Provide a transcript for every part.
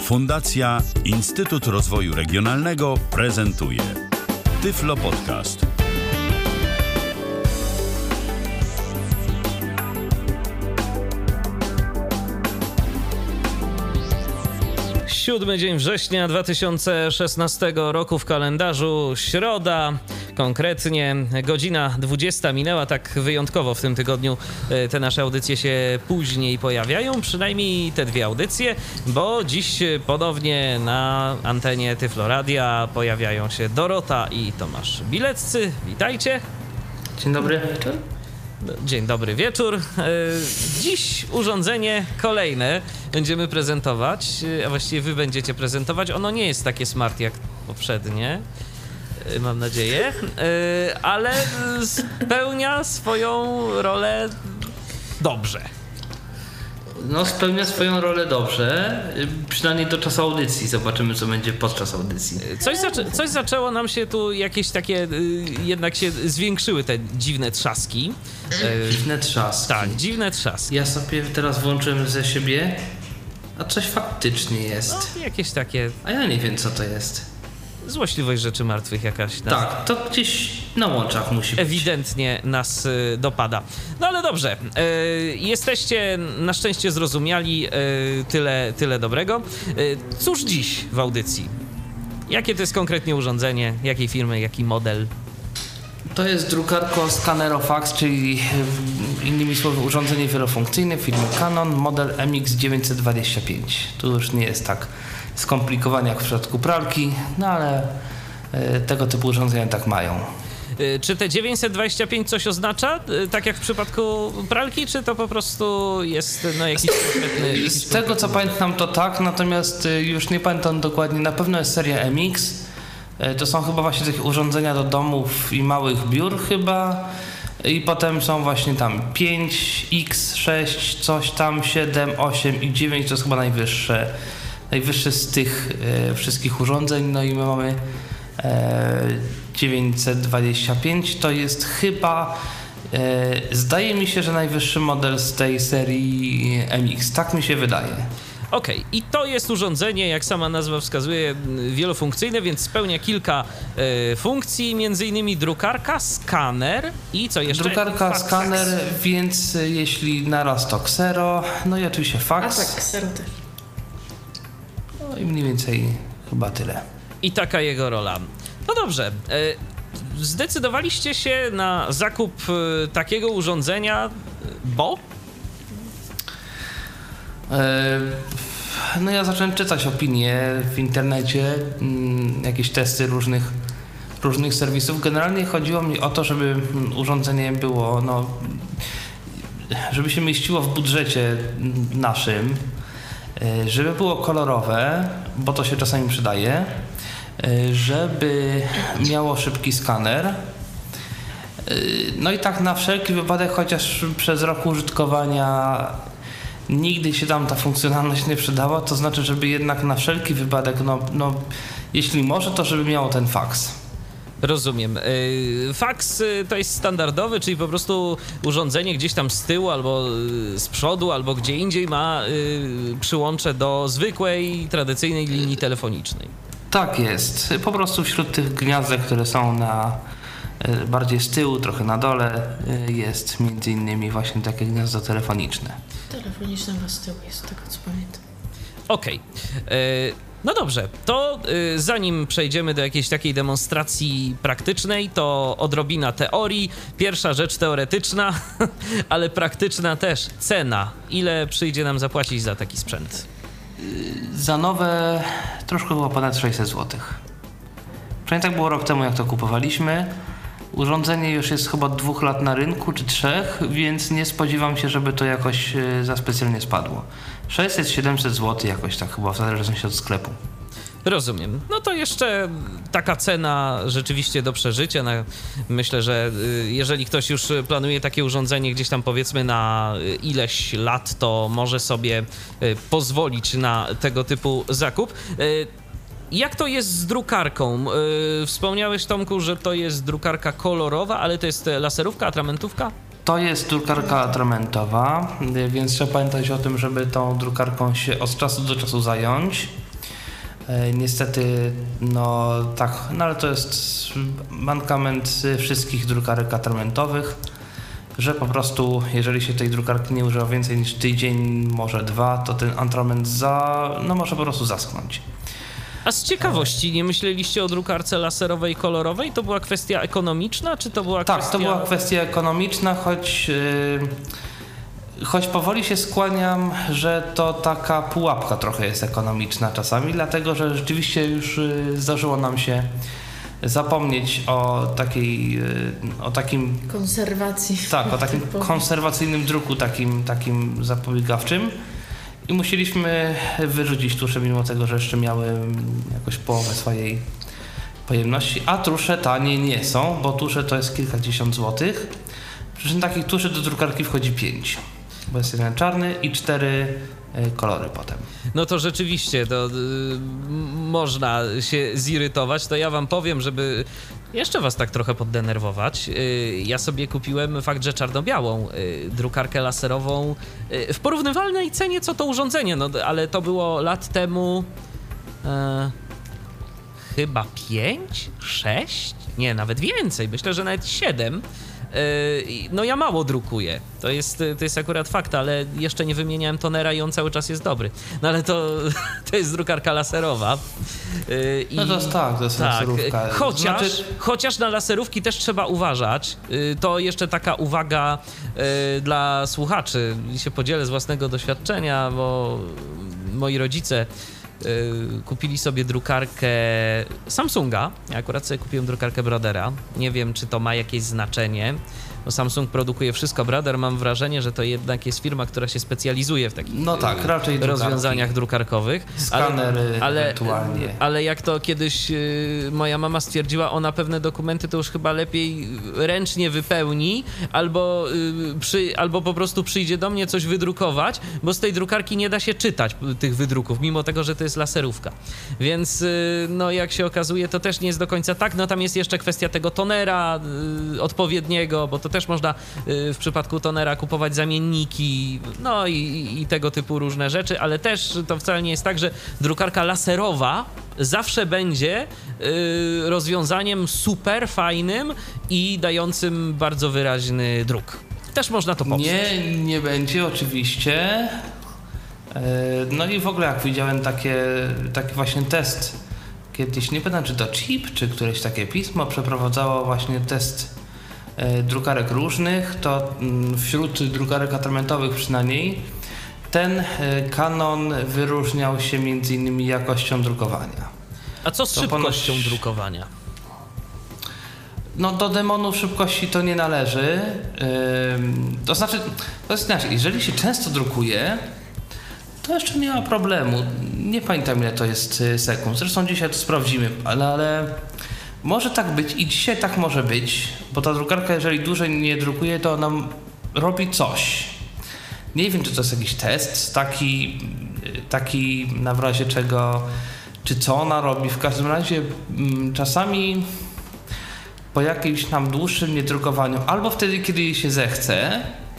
Fundacja Instytut Rozwoju Regionalnego prezentuje Tyflo Podcast. Siódmy dzień września 2016 roku w kalendarzu, środa, konkretnie godzina 20 minęła, tak wyjątkowo w tym tygodniu te nasze audycje się później pojawiają, przynajmniej te dwie audycje, bo dziś ponownie na antenie Tyflo Radia pojawiają się Dorota i Tomasz Bileccy. Witajcie. Dzień dobry. Dzień dobry wieczór. Dziś urządzenie kolejne będziemy prezentować, a właściwie wy będziecie prezentować. Ono nie jest takie smart jak poprzednie, mam nadzieję, ale spełnia swoją rolę dobrze. No, spełnia swoją rolę dobrze, przynajmniej do czasu audycji. Zobaczymy, co będzie podczas audycji. Coś zaczęło nam się tu jakieś takie, jednak się zwiększyły te dziwne trzaski. Dziwne trzaski. Tak, dziwne trzaski. Ja sobie teraz włączyłem ze siebie, a coś faktycznie jest. No, jakieś takie... A ja nie wiem, co to jest. Złośliwość rzeczy martwych jakaś. Tak, to gdzieś na łączach musi być. Ewidentnie nas dopada. No ale dobrze, jesteście na szczęście zrozumiali, tyle dobrego. Cóż dziś w audycji? Jakie to jest konkretnie urządzenie? Jakiej firmy, jaki model? To jest drukarko Scanero-Fax, czyli innymi słowy urządzenie wielofunkcyjne firmy Canon, model MX925. Tu już nie jest tak skomplikowanie jak w przypadku pralki, no ale tego typu urządzenia tak mają. Czy te 925 coś oznacza, tak jak w przypadku pralki, czy to po prostu jest jakiś konkretny... Z tego co pamiętam to tak, natomiast już nie pamiętam dokładnie, na pewno jest seria MX. To są chyba właśnie takie urządzenia do domów i małych biur chyba. I potem są właśnie tam 5, X, 6, coś tam, 7, 8 i 9 to jest chyba najwyższy z tych wszystkich urządzeń. No i my mamy 925, to jest chyba zdaje mi się, że najwyższy model z tej serii MX, tak mi się wydaje. Okej, i to jest urządzenie, jak sama nazwa wskazuje, wielofunkcyjne, więc spełnia kilka funkcji, między innymi drukarka, skaner i co jeszcze? Drukarka, skaner, więc jeśli naraz to ksero, no i oczywiście fax. A tak, ksero też. No i mniej więcej chyba tyle. I taka jego rola. No dobrze, zdecydowaliście się na zakup takiego urządzenia, bo? No ja zacząłem czytać opinie w internecie, jakieś testy różnych serwisów. Generalnie chodziło mi o to, żeby urządzenie było, żeby się mieściło w budżecie naszym, żeby było kolorowe, bo to się czasami przydaje, żeby miało szybki skaner. No i tak na wszelki wypadek, chociaż przez rok użytkowania nigdy się tam ta funkcjonalność nie przydała, to znaczy, żeby jednak na wszelki wypadek, jeśli może, to żeby miało ten fax. Rozumiem. Fax to jest standardowy, czyli po prostu urządzenie gdzieś tam z tyłu albo z przodu, albo gdzie indziej ma przyłącze do zwykłej, tradycyjnej linii telefonicznej. Tak jest. Po prostu wśród tych gniazdek, które są bardziej z tyłu, trochę na dole, jest między innymi właśnie takie gniazdo telefoniczne. Telefoniczne na z tyłu jest, z tego co pamiętam. Okej. No dobrze, to zanim przejdziemy do jakiejś takiej demonstracji praktycznej, to odrobina teorii. Pierwsza rzecz teoretyczna, ale praktyczna też. Cena. Ile przyjdzie nam zapłacić za taki sprzęt? Za nowe troszkę było ponad 600 zł. Przynajmniej tak było rok temu, jak to kupowaliśmy. Urządzenie już jest chyba 2 lat na rynku, czy 3, więc nie spodziewam się, żeby to jakoś za specjalnie spadło. 600-700 zł jakoś tak chyba, w zależności od sklepu. Rozumiem. No to jeszcze taka cena rzeczywiście do przeżycia. Myślę, że jeżeli ktoś już planuje takie urządzenie gdzieś tam powiedzmy na ileś lat, to może sobie pozwolić na tego typu zakup. Jak to jest z drukarką? Wspomniałeś, Tomku, że to jest drukarka kolorowa, ale to jest laserówka, atramentówka? To jest drukarka atramentowa, więc trzeba pamiętać o tym, żeby tą drukarką się od czasu do czasu zająć. Niestety, no tak, no ale to jest mankament wszystkich drukarek atramentowych, że po prostu jeżeli się tej drukarki nie używa więcej niż tydzień, może 2, to ten atrament może po prostu zaschnąć. A z ciekawości, nie myśleliście o drukarce laserowej, kolorowej? To była kwestia ekonomiczna, czy to była kwestia... Tak, to była kwestia ekonomiczna, choć powoli się skłaniam, że to taka pułapka trochę jest ekonomiczna czasami, dlatego że rzeczywiście już zdarzyło nam się zapomnieć o takim... konserwacji. Tak, o takim konserwacyjnym druku, takim zapobiegawczym. I musieliśmy wyrzucić tusze, mimo tego, że jeszcze miały jakoś połowę swojej pojemności. A tusze tanie nie są, bo tusze to jest kilkadziesiąt złotych. Przy czym takich tuszy do drukarki wchodzi 5. Bo jest jeden czarny i 4 kolory potem. No to rzeczywiście, to można się zirytować. To ja wam powiem, żeby jeszcze was tak trochę poddenerwować. Ja sobie kupiłem fakt, że czarno-białą drukarkę laserową w porównywalnej cenie co to urządzenie, no ale to było lat temu chyba 5, 6? Nie, nawet więcej, myślę, że nawet 7. No ja mało drukuję, to jest akurat fakt, ale jeszcze nie wymieniałem tonera i on cały czas jest dobry. No ale to jest drukarka laserowa. No to jest to jest laserówka. Chociaż na laserówki też trzeba uważać. To jeszcze taka uwaga dla słuchaczy. Się podzielę z własnego doświadczenia, bo moi rodzice kupili sobie drukarkę Samsunga. Ja akurat sobie kupiłem drukarkę Brodera. Nie wiem, czy to ma jakieś znaczenie, bo Samsung produkuje wszystko. Broder, mam wrażenie, że to jednak jest firma, która się specjalizuje w takich raczej rozwiązaniach drukarkowych. Skanery ewentualnie. Ale jak to kiedyś moja mama stwierdziła, ona pewne dokumenty to już chyba lepiej ręcznie wypełni, albo po prostu przyjdzie do mnie coś wydrukować, bo z tej drukarki nie da się czytać tych wydruków, mimo tego, że to jest laserówka. Więc no jak się okazuje, to też nie jest do końca tak. No tam jest jeszcze kwestia tego tonera odpowiedniego, bo to też można w przypadku tonera kupować zamienniki, no i tego typu różne rzeczy, ale też to wcale nie jest tak, że drukarka laserowa zawsze będzie rozwiązaniem super fajnym i dającym bardzo wyraźny druk. Też można to poprzeć. Nie będzie oczywiście. No i w ogóle jak widziałem taki właśnie test kiedyś, nie pamiętam czy to Chip, czy któreś takie pismo przeprowadzało właśnie test drukarek różnych, to wśród drukarek atramentowych przynajmniej ten Canon wyróżniał się między innymi jakością drukowania. A co z szybkością drukowania? No do demonów szybkości to nie należy. To znaczy, to jest inaczej, jeżeli się często drukuje, to jeszcze nie ma problemu. Nie pamiętam ile to jest sekund. Zresztą dzisiaj to sprawdzimy, ale może tak być i dzisiaj tak może być, bo ta drukarka, jeżeli dłużej nie drukuje, to ona robi coś. Nie wiem, czy to jest jakiś test taki na w razie czego, czy co ona robi. W każdym razie czasami po jakimś tam dłuższym niedrukowaniu, albo wtedy, kiedy jej się zechce,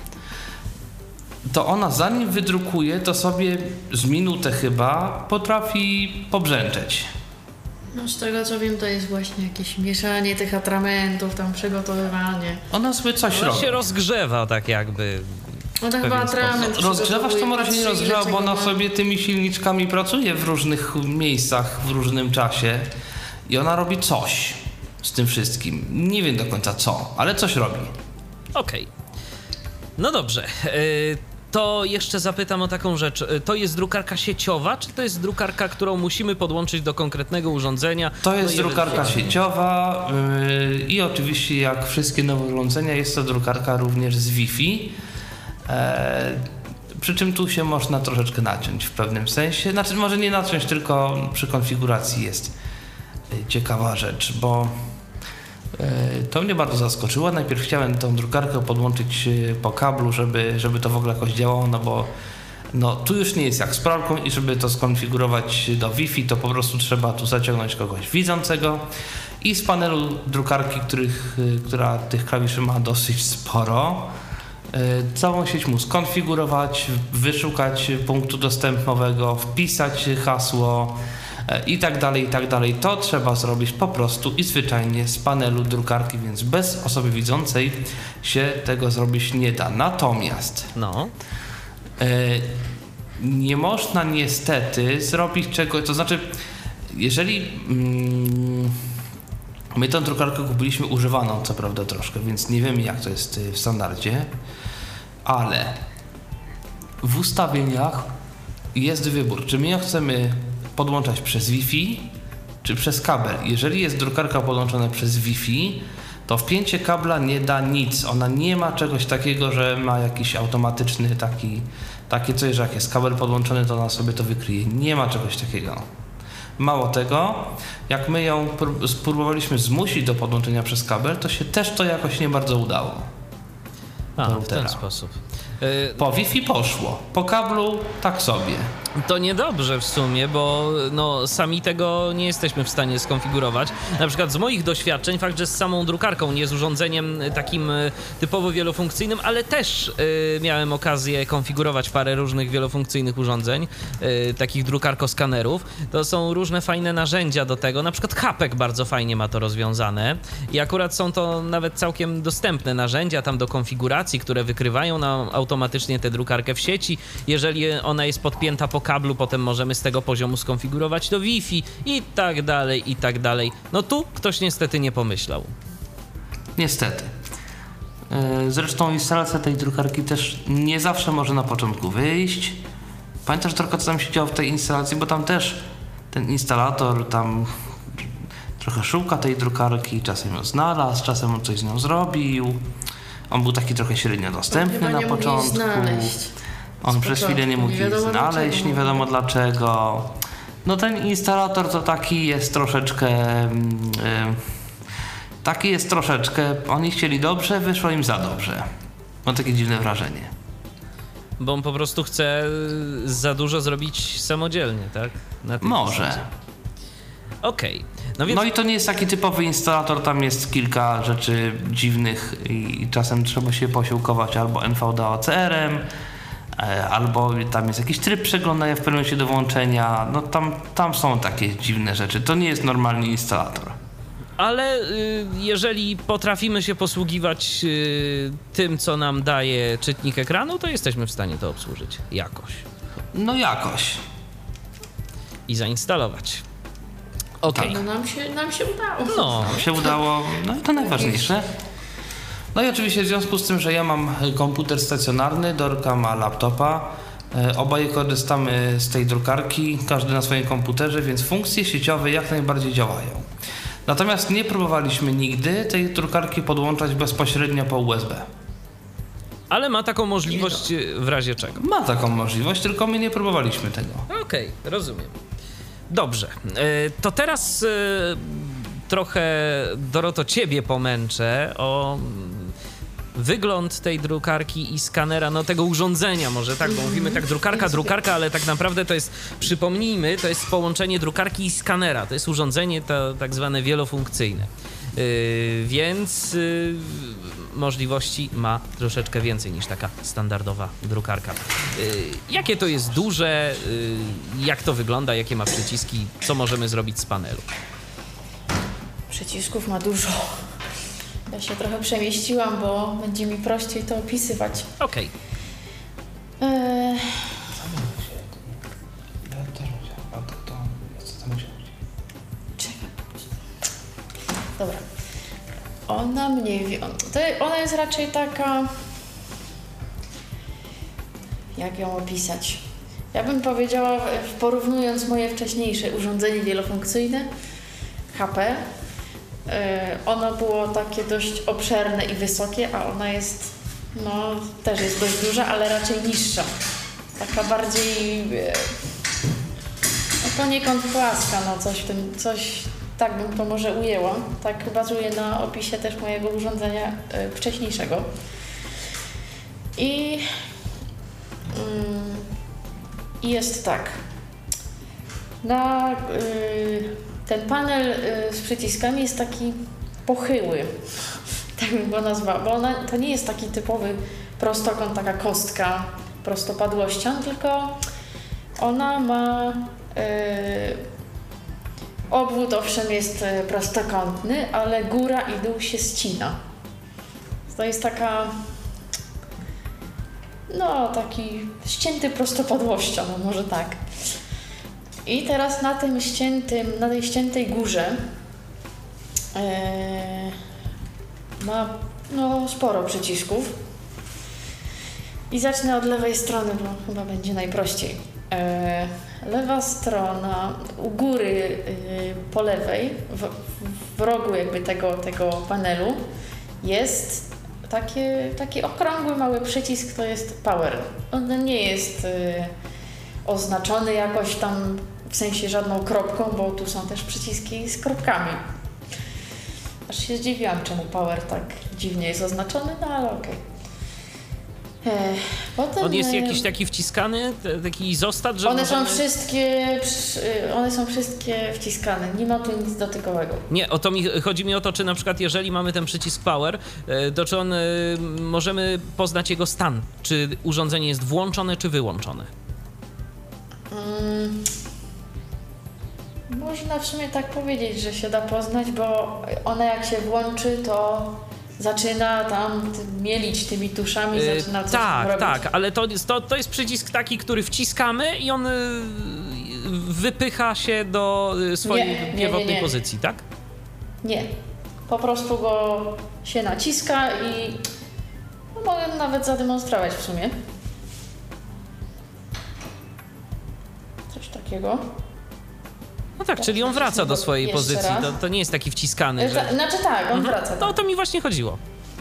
to ona zanim wydrukuje, to sobie z minutę chyba potrafi pobrzęczeć. No z tego co wiem, to jest właśnie jakieś mieszanie tych atramentów, tam przygotowywanie. Ona sobie coś robi. Ona się rozgrzewa tak jakby. No to chyba atrament rozgrzewasz, to może się nie rozgrzewa, bo ona sobie tymi silniczkami pracuje w różnych miejscach, w różnym czasie i ona robi coś z tym wszystkim. Nie wiem do końca co, ale coś robi. Okej. No dobrze. To jeszcze zapytam o taką rzecz. To jest drukarka sieciowa, czy to jest drukarka, którą musimy podłączyć do konkretnego urządzenia? To jest drukarka sieciowa i oczywiście jak wszystkie nowe urządzenia jest to drukarka również z Wi-Fi. Przy czym tu się można troszeczkę naciąć w pewnym sensie. Znaczy może nie naciąć, tylko przy konfiguracji jest ciekawa rzecz, bo to mnie bardzo zaskoczyło. Najpierw chciałem tą drukarkę podłączyć po kablu, żeby to w ogóle jakoś działało, no bo tu już nie jest jak z pralką i żeby to skonfigurować do Wi-Fi, to po prostu trzeba tu zaciągnąć kogoś widzącego i z panelu drukarki, która tych klawiszy ma dosyć sporo, całą sieć mu skonfigurować, wyszukać punktu dostępowego, wpisać hasło, i tak dalej, i tak dalej. To trzeba zrobić po prostu i zwyczajnie z panelu drukarki, więc bez osoby widzącej się tego zrobić nie da. Natomiast nie można niestety zrobić czegoś, to znaczy jeżeli my tą drukarkę kupiliśmy używaną, co prawda troszkę, więc nie wiemy jak to jest w standardzie, ale w ustawieniach jest wybór, czy my ją chcemy podłączać przez Wi-Fi, czy przez kabel. Jeżeli jest drukarka podłączona przez Wi-Fi, to wpięcie kabla nie da nic. Ona nie ma czegoś takiego, że ma jakiś automatyczny takie coś, że jak jest kabel podłączony, to ona sobie to wykryje. Nie ma czegoś takiego. Mało tego, jak my ją spróbowaliśmy zmusić do podłączenia przez kabel, to się też to jakoś nie bardzo udało. W ten sposób. Po Wi-Fi poszło, po kablu tak sobie. To niedobrze w sumie, bo sami tego nie jesteśmy w stanie skonfigurować. Na przykład z moich doświadczeń, fakt, że z samą drukarką, nie z urządzeniem takim typowo wielofunkcyjnym, ale też miałem okazję konfigurować parę różnych wielofunkcyjnych urządzeń, takich drukarkoskanerów. To są różne fajne narzędzia do tego, na przykład Hapek bardzo fajnie ma to rozwiązane i akurat są to nawet całkiem dostępne narzędzia tam do konfiguracji, które wykrywają nam automatycznie tę drukarkę w sieci. Jeżeli ona jest podpięta po kablu, potem możemy z tego poziomu skonfigurować to Wi-Fi i tak dalej, i tak dalej. No tu ktoś niestety nie pomyślał. Niestety. Zresztą instalacja tej drukarki też nie zawsze może na początku wyjść. Pamiętasz trochę, co tam się działo w tej instalacji, bo tam też ten instalator tam trochę szuka tej drukarki, czasem ją znalazł, czasem on coś z nią zrobił. On był taki trochę średnio dostępny na początku. On przez chwilę nie mógł jej znaleźć, nie wiadomo dlaczego. No ten instalator to taki jest troszeczkę, oni chcieli dobrze, wyszło im za dobrze. Mam takie dziwne wrażenie. Bo on po prostu chce za dużo zrobić samodzielnie, tak? Może. Okej. No i to nie jest taki typowy instalator, tam jest kilka rzeczy dziwnych i czasem trzeba się posiłkować albo NVDA OCR-em, albo tam jest jakiś tryb przeglądania w pewnym momencie do włączenia. No tam są takie dziwne rzeczy. To nie jest normalny instalator. Ale jeżeli potrafimy się posługiwać tym, co nam daje czytnik ekranu, to jesteśmy w stanie to obsłużyć jakoś. No jakoś. I zainstalować. Okej. No nam się udało. Nam się udało, no i to najważniejsze. No i oczywiście w związku z tym, że ja mam komputer stacjonarny, Dorka ma laptopa, obaj korzystamy z tej drukarki, każdy na swoim komputerze, więc funkcje sieciowe jak najbardziej działają. Natomiast nie próbowaliśmy nigdy tej drukarki podłączać bezpośrednio po USB. Ale ma taką możliwość w razie czego? Ma taką możliwość, tylko my nie próbowaliśmy tego. Okej, rozumiem. Dobrze, to teraz trochę, Doroto, ciebie pomęczę o wygląd tej drukarki i skanera, no tego urządzenia może, tak, bo mówimy tak drukarka, ale tak naprawdę to jest, przypomnijmy, to jest połączenie drukarki i skanera, to jest urządzenie to tak zwane wielofunkcyjne, więc możliwości ma troszeczkę więcej niż taka standardowa drukarka. Jakie to jest duże, jak to wygląda, jakie ma przyciski, co możemy zrobić z panelu? Przycisków ma dużo. Ja się trochę przemieściłam, bo będzie mi prościej to opisywać. Okej. Czekaj. Dobra. Ona jest raczej taka... Jak ją opisać? Ja bym powiedziała, porównując moje wcześniejsze urządzenie wielofunkcyjne, HP, ono było takie dość obszerne i wysokie, a ona jest, też jest dość duża, ale raczej niższa. Taka bardziej, poniekąd płaska, coś tak bym to może ujęła. Tak bazuję na opisie też mojego urządzenia wcześniejszego. I jest tak. Ten panel z przyciskami jest taki pochyły, tak bym go nazwała, bo to nie jest taki typowy prostokąt, taka kostka prostopadłością, tylko ona ma Obwód owszem jest prostokątny, ale góra i dół się ścina. To jest taka, no taki ścięty prostopadłością, no może tak. I teraz na tej ściętej górze ma no, sporo przycisków. I zacznę od lewej strony, bo chyba będzie najprościej. Lewa strona, u góry po lewej, w rogu jakby tego panelu jest taki okrągły mały przycisk, to jest power. On nie jest oznaczony jakoś tam w sensie żadną kropką, bo tu są też przyciski z kropkami. Aż się zdziwiłam, czemu power tak dziwnie jest oznaczony, no ale okej. Potem, on jest jakiś taki wciskany, taki izostat, że one są wszystkie wciskane, nie ma tu nic dotykowego. Nie, chodzi mi o to, czy na przykład jeżeli mamy ten przycisk power, to czy możemy poznać jego stan, czy urządzenie jest włączone, czy wyłączone? Można w sumie tak powiedzieć, że się da poznać, bo ona jak się włączy, to zaczyna tam mielić tymi tuszami, zaczyna coś robić. Tak, ale to jest przycisk taki, który wciskamy i on wypycha się do swojej pierwotnej pozycji, tak? Nie. Po prostu go się naciska i no, mogę nawet zademonstrować w sumie. Coś takiego. No tak, czyli on wraca do swojej pozycji, to nie jest taki wciskany, że... Znaczy tak, on wraca. No o to mi właśnie chodziło.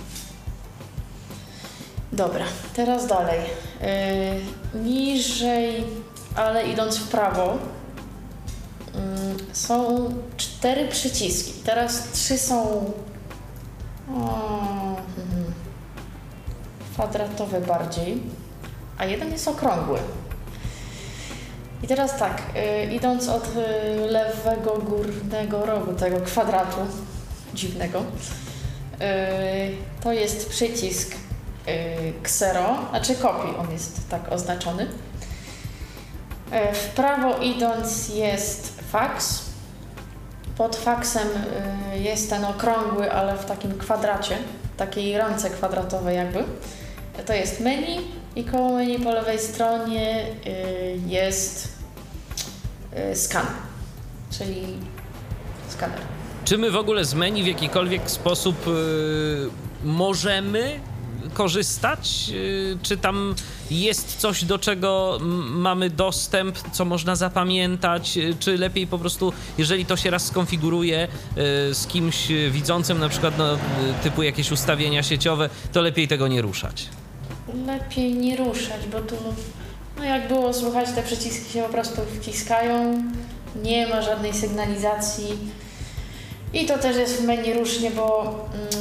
Dobra, teraz dalej. Niżej, ale idąc w prawo, są 4 przyciski. Teraz 3 są kwadratowe bardziej, a jeden jest okrągły. I teraz tak, idąc od lewego górnego rogu tego kwadratu dziwnego, to jest przycisk Xero, znaczy kopii, on jest tak oznaczony. W prawo idąc jest fax. Pod faksem jest ten okrągły, ale w takim kwadracie, takiej ramce kwadratowej jakby. To jest menu i koło menu po lewej stronie jest skan, czyli skaner. Czy my w ogóle z menu w jakikolwiek sposób możemy korzystać? Czy tam jest coś, do czego mamy dostęp, co można zapamiętać? Czy lepiej po prostu, jeżeli to się raz skonfiguruje z kimś widzącym, na przykład typu jakieś ustawienia sieciowe, to lepiej tego nie ruszać? Lepiej nie ruszać, bo tu, no jak było słychać, te przyciski się po prostu wciskają, nie ma żadnej sygnalizacji i to też jest w menu różnie, bo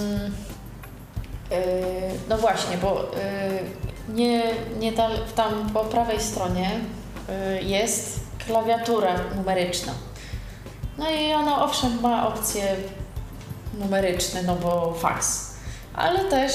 no właśnie, bo tam po prawej stronie jest klawiatura numeryczna. No i ona owszem ma opcje numeryczne, no bo fax, ale też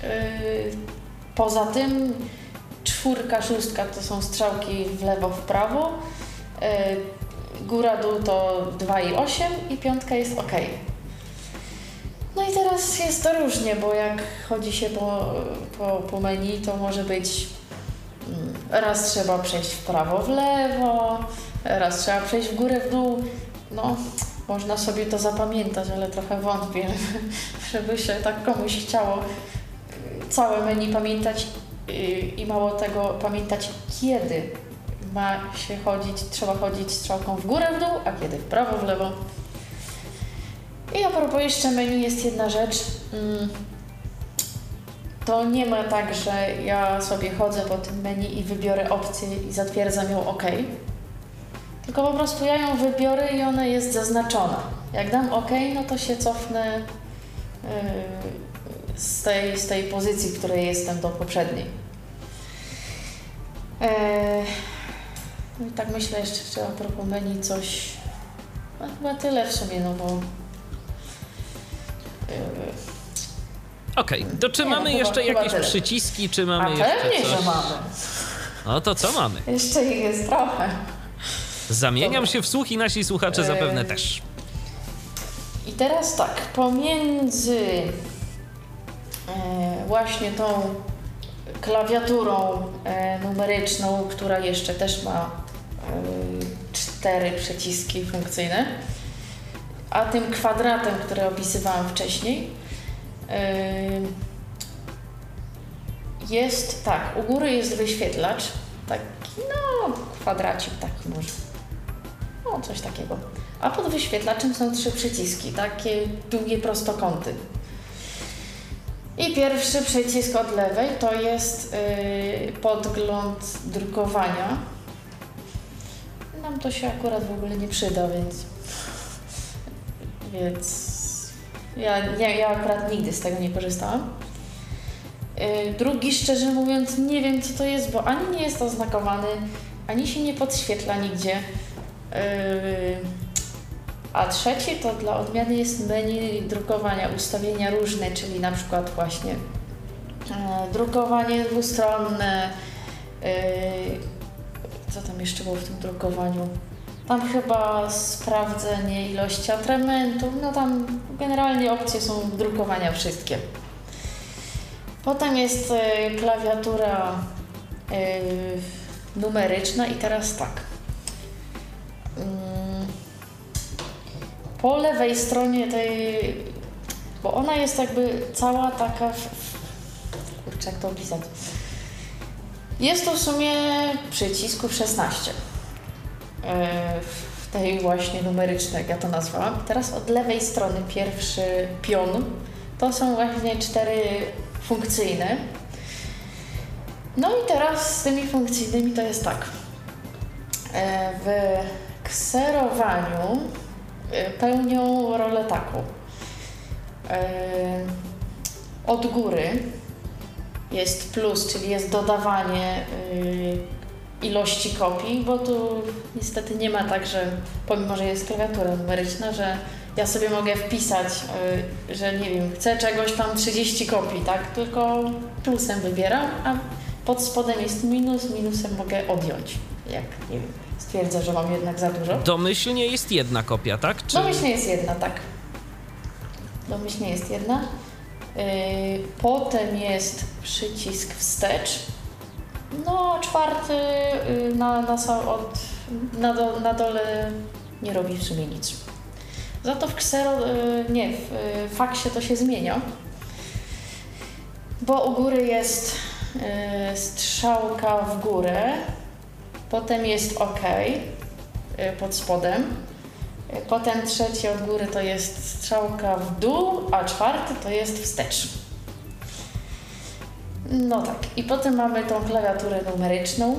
poza tym 4, 6 to są strzałki w lewo, w prawo, góra, dół to 2 i 8 i 5 jest OK. No i teraz jest to różnie, bo jak chodzi się po menu, to może być raz trzeba przejść w prawo, w lewo, raz trzeba przejść w górę, w dół. No, można sobie to zapamiętać, ale trochę wątpię, żeby się tak komuś chciało całe menu pamiętać i mało tego pamiętać, kiedy ma się chodzić, trzeba chodzić strzałką w górę, w dół, a kiedy w prawo, w lewo. I a propos jeszcze menu jest jedna rzecz. To nie ma tak, że ja sobie chodzę po tym menu i wybiorę opcję i zatwierdzam ją OK. Tylko po prostu ja ją wybiorę i ona jest zaznaczona. Jak dam OK, no to się cofnę z tej pozycji, w której jestem, do poprzedniej. No i tak myślę jeszcze a propos menu coś... No chyba tyle w sumie, no bo... Okej, to czy mamy jeszcze jakieś tyle przyciski, czy mamy jeszcze pewnie, coś? Że mamy. No to co mamy? Jeszcze ich jest trochę. Zamieniam się w słuch i nasi słuchacze zapewne też. teraz tak, pomiędzy właśnie tą klawiaturą numeryczną, która jeszcze też ma 4 przyciski funkcyjne, a tym kwadratem, który opisywałam wcześniej, jest tak, u góry jest wyświetlacz, taki kwadracik taki może, coś takiego. A pod wyświetlaczem są 3 przyciski, takie długie prostokąty. I pierwszy przycisk od lewej to jest podgląd drukowania. Nam to się akurat w ogóle nie przyda, więc ja akurat nigdy z tego nie korzystałam. Drugi, szczerze mówiąc, nie wiem co to jest, bo ani nie jest oznakowany, ani się nie podświetla nigdzie. A trzeci to dla odmiany jest menu drukowania, ustawienia różne, czyli na przykład właśnie drukowanie dwustronne, co tam jeszcze było w tym drukowaniu? Tam chyba sprawdzenie ilości atramentów, tam generalnie opcje są drukowania wszystkie. Potem jest klawiatura numeryczna i teraz tak. Po lewej stronie tej, bo ona jest jakby cała taka, kurczę, jak to opisać. Jest to w sumie przycisków 16 w tej właśnie numerycznej, jak ja to nazwałam. Teraz od lewej strony pierwszy pion to są właśnie 4 funkcyjne. No i teraz z tymi funkcyjnymi to jest tak. W kserowaniu pełnią rolę taką. Od góry jest plus, czyli jest dodawanie ilości kopii, bo tu niestety nie ma tak, że pomimo, że jest klawiatura numeryczna, że ja sobie mogę wpisać, że nie wiem, chcę czegoś tam 30 kopii, tak? Tylko plusem wybieram, a pod spodem jest minus, minusem mogę odjąć, jak nie wiem, stwierdzę, że mam jednak za dużo. Domyślnie jest jedna kopia, tak? Czy... Domyślnie jest jedna, tak. Domyślnie jest jedna. Potem jest przycisk wstecz. No, 4 na dole nie robi w sumie nic. Za to w w faksie to się zmienia. Bo u góry jest strzałka w górę, potem jest OK pod spodem, potem trzeci od góry to jest strzałka w dół, a 4 to jest wstecz. No tak, i potem mamy tą klawiaturę numeryczną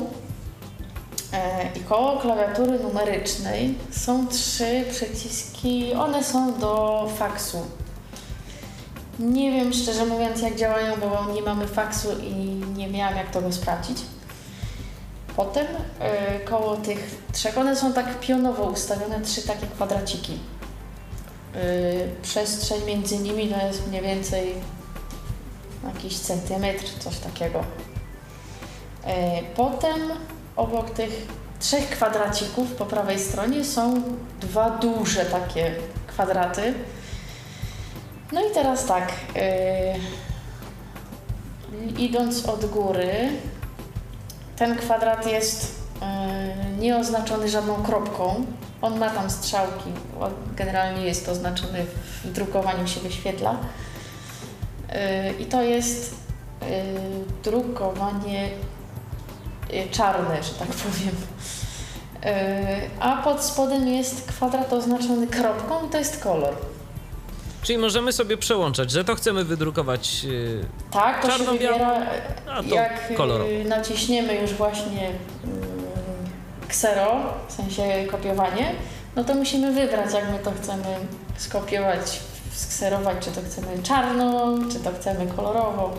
i koło klawiatury numerycznej są 3 przyciski, one są do faksu. Nie wiem, szczerze mówiąc, jak działają, bo nie mamy faksu i nie miałam jak tego sprawdzić. Potem koło tych 3, one są tak pionowo ustawione, 3 takie kwadraciki. Przestrzeń między nimi to jest mniej więcej jakiś centymetr, coś takiego. Potem obok tych 3 kwadracików po prawej stronie są 2 duże takie kwadraty. No i teraz tak, idąc od góry, ten kwadrat jest nieoznaczony żadną kropką. On ma tam strzałki, generalnie jest oznaczony, w drukowaniu się wyświetla. I to jest drukowanie czarne, że tak powiem. A pod spodem jest kwadrat oznaczony kropką i to jest kolor. Czyli możemy sobie przełączać, że to chcemy wydrukować tak, to czarną, się wybiera, a to jak kolorowo. Naciśniemy już właśnie ksero, w sensie kopiowanie, no to musimy wybrać, jak my to chcemy skopiować, skserować, czy to chcemy czarno, czy to chcemy kolorowo.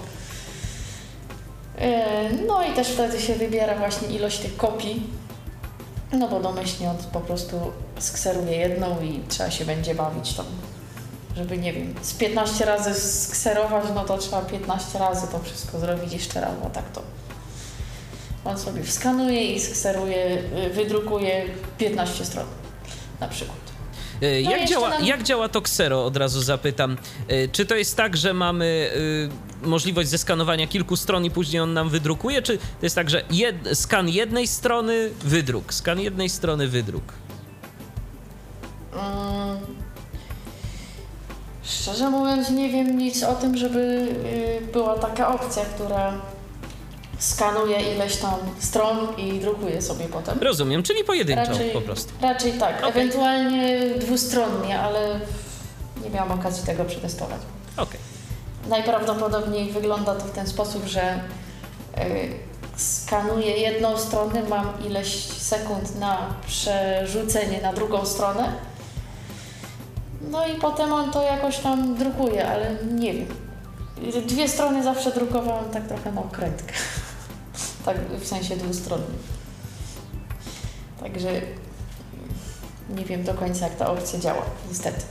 No i też wtedy się wybiera właśnie ilość tych kopii, no bo domyślnie on po prostu skseruje jedną i trzeba się będzie bawić tam, żeby nie wiem, z 15 razy skserować, no to trzeba 15 razy to wszystko zrobić jeszcze raz, bo tak to on sobie wskanuje i skseruje, wydrukuje 15 stron na przykład. Jak działa to Xero? Od razu zapytam. Czy to jest tak, że mamy możliwość zeskanowania kilku stron i później on nam wydrukuje? Czy to jest tak, że skan jednej strony, wydruk, skan jednej strony, wydruk? Szczerze mówiąc, nie wiem nic o tym, żeby była taka opcja, która skanuje ileś tam stron i drukuje sobie potem. Rozumiem, czyli pojedynczo po prostu. Raczej tak, okay. Ewentualnie dwustronnie, ale nie miałam okazji tego przetestować. Okay. Najprawdopodobniej wygląda to w ten sposób, że skanuję jedną stronę, mam ileś sekund na przerzucenie na drugą stronę, no i potem on to jakoś tam drukuje, ale nie wiem. 2 strony zawsze drukowałam tak trochę na okrętkę. Tak w sensie dwustronnym. Także nie wiem do końca, jak ta opcja działa, niestety.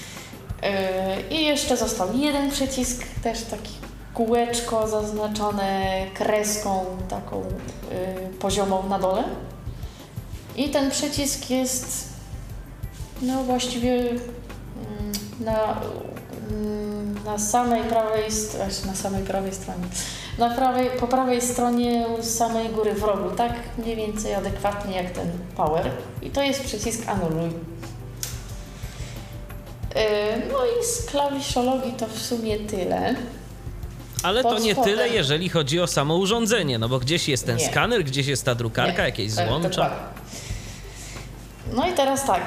I jeszcze został jeden przycisk, też taki kółeczko zaznaczone kreską taką poziomą na dole. I ten przycisk jest właściwie na samej prawej stronie. Po prawej stronie z samej góry w rogu, tak mniej więcej adekwatnie jak ten power. I to jest przycisk anuluj. No i z klawiszologii to w sumie tyle. Ale to nie tyle, jeżeli chodzi o samo urządzenie, no bo gdzieś jest ten skaner, gdzieś jest ta drukarka, jakieś złącza. No i teraz tak.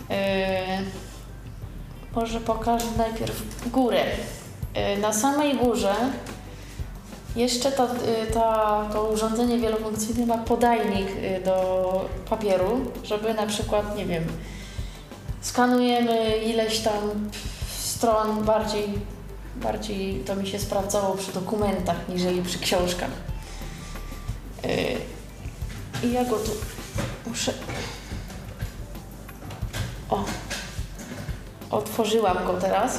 Może pokażę najpierw górę. Na samej górze jeszcze to urządzenie wielofunkcyjne ma podajnik do papieru, żeby na przykład, nie wiem, skanujemy ileś tam stron, bardziej to mi się sprawdzało przy dokumentach, niżeli przy książkach. I ja go tu muszę... Otworzyłam go teraz.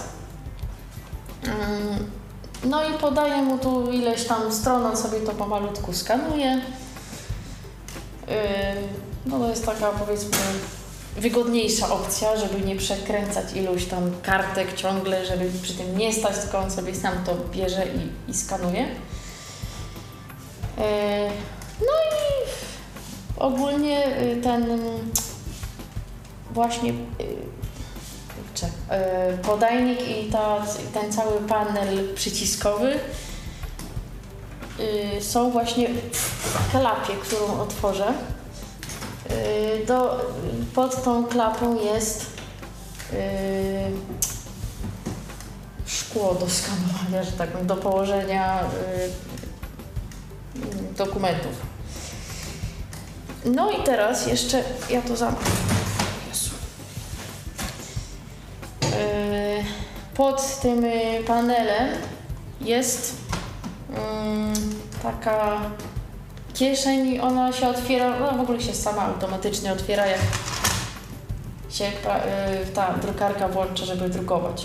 No i podaję mu tu ileś tam stron, on sobie to pomalutku skanuje. No to jest taka, powiedzmy, wygodniejsza opcja, żeby nie przekręcać iluś tam kartek ciągle, żeby przy tym nie stać, tylko on sobie sam to bierze i skanuje. No i ogólnie ten właśnie podajnik i ten cały panel przyciskowy są właśnie w klapie, którą otworzę. Pod tą klapą jest szkło do skanowania, że tak powiem, do położenia dokumentów. No i teraz jeszcze ja to zamknę. Pod tym panelem jest taka kieszeń i ona się otwiera, w ogóle się sama automatycznie otwiera, jak się ta drukarka włącza, żeby drukować.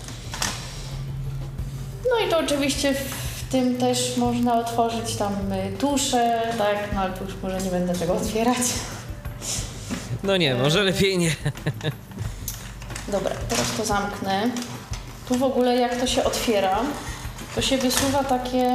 No i to oczywiście w tym też można otworzyć tam tusze, tak, no ale tu już może nie będę tego otwierać. No nie, może lepiej nie. Dobra, teraz to zamknę. Tu w ogóle jak to się otwiera, to się wysuwa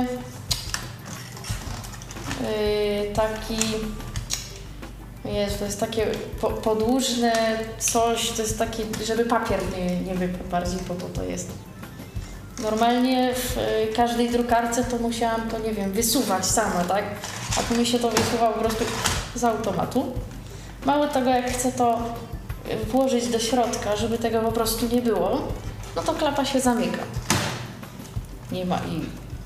to jest takie podłużne coś, to jest takie, żeby papier nie wypadł bardziej, po to jest. Normalnie w każdej drukarce to musiałam to, nie wiem, wysuwać sama, tak? A tu mi się to wysuwa po prostu z automatu. Mało tego, jak chcę to włożyć do środka, żeby tego po prostu nie było, no to klapa się zamyka. Nie ma i...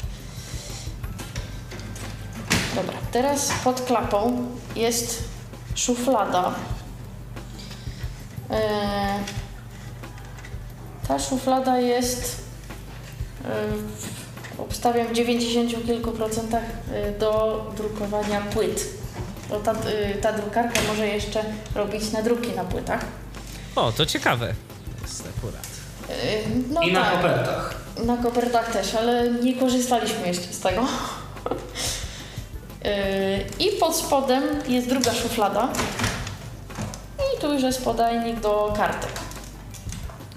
Dobra, teraz pod klapą jest szuflada. Ta szuflada jest, obstawiam, w 90 kilku procentach do drukowania płyt. Bo ta drukarka może jeszcze robić nadruki na płytach. O, to ciekawe. Jest akurat. No i tak, na kopertach. Na kopertach też, ale nie korzystaliśmy jeszcze z tego. I pod spodem jest druga szuflada. I tu już jest podajnik do kartek.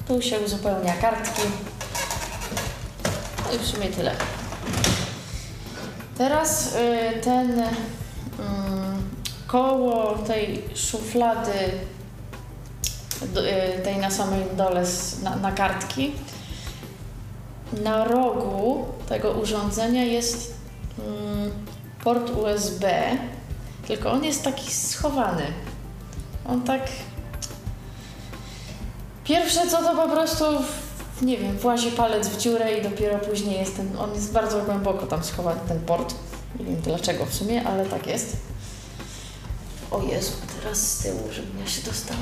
Tu się uzupełnia kartki. No i w sumie tyle. Teraz koło tej szuflady, tej na samym dole na kartki, na rogu tego urządzenia jest port USB, tylko on jest taki schowany. On tak... Pierwsze co to po prostu, nie wiem, włazi palec w dziurę i dopiero później jest on jest bardzo głęboko tam schowany, ten port. Nie wiem dlaczego w sumie, ale tak jest. O Jezu, teraz z tyłu, żebym ja się dostała.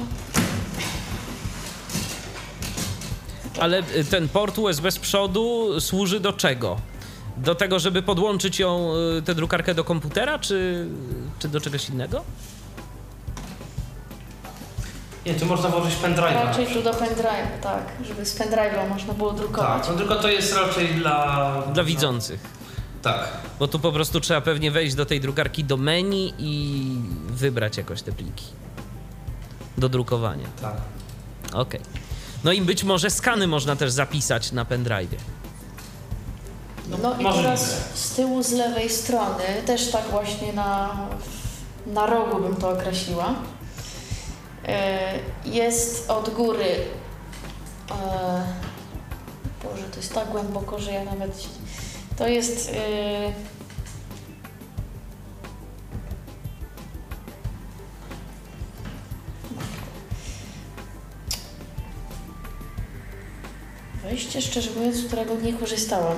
Ale ten port USB z przodu służy do czego? Do tego, żeby podłączyć tę drukarkę do komputera, czy do czegoś innego? Nie, tu można włożyć pendrive'a. Raczej tu do pendrive'a, tak, żeby z pendrive'a można było drukować. Tak, no tylko to jest raczej dla widzących. Tak. Bo tu po prostu trzeba pewnie wejść do tej drukarki do menu i wybrać jakoś te pliki do drukowania. Tak. Okej. No i być może skany można też zapisać na pendrive'ie. No i teraz z tyłu, z lewej strony, też tak właśnie na rogu bym to określiła, jest od góry, Boże, to jest tak głęboko, że ja nawet, to jest wejście, szczerze mówiąc, z którego nie korzystałam.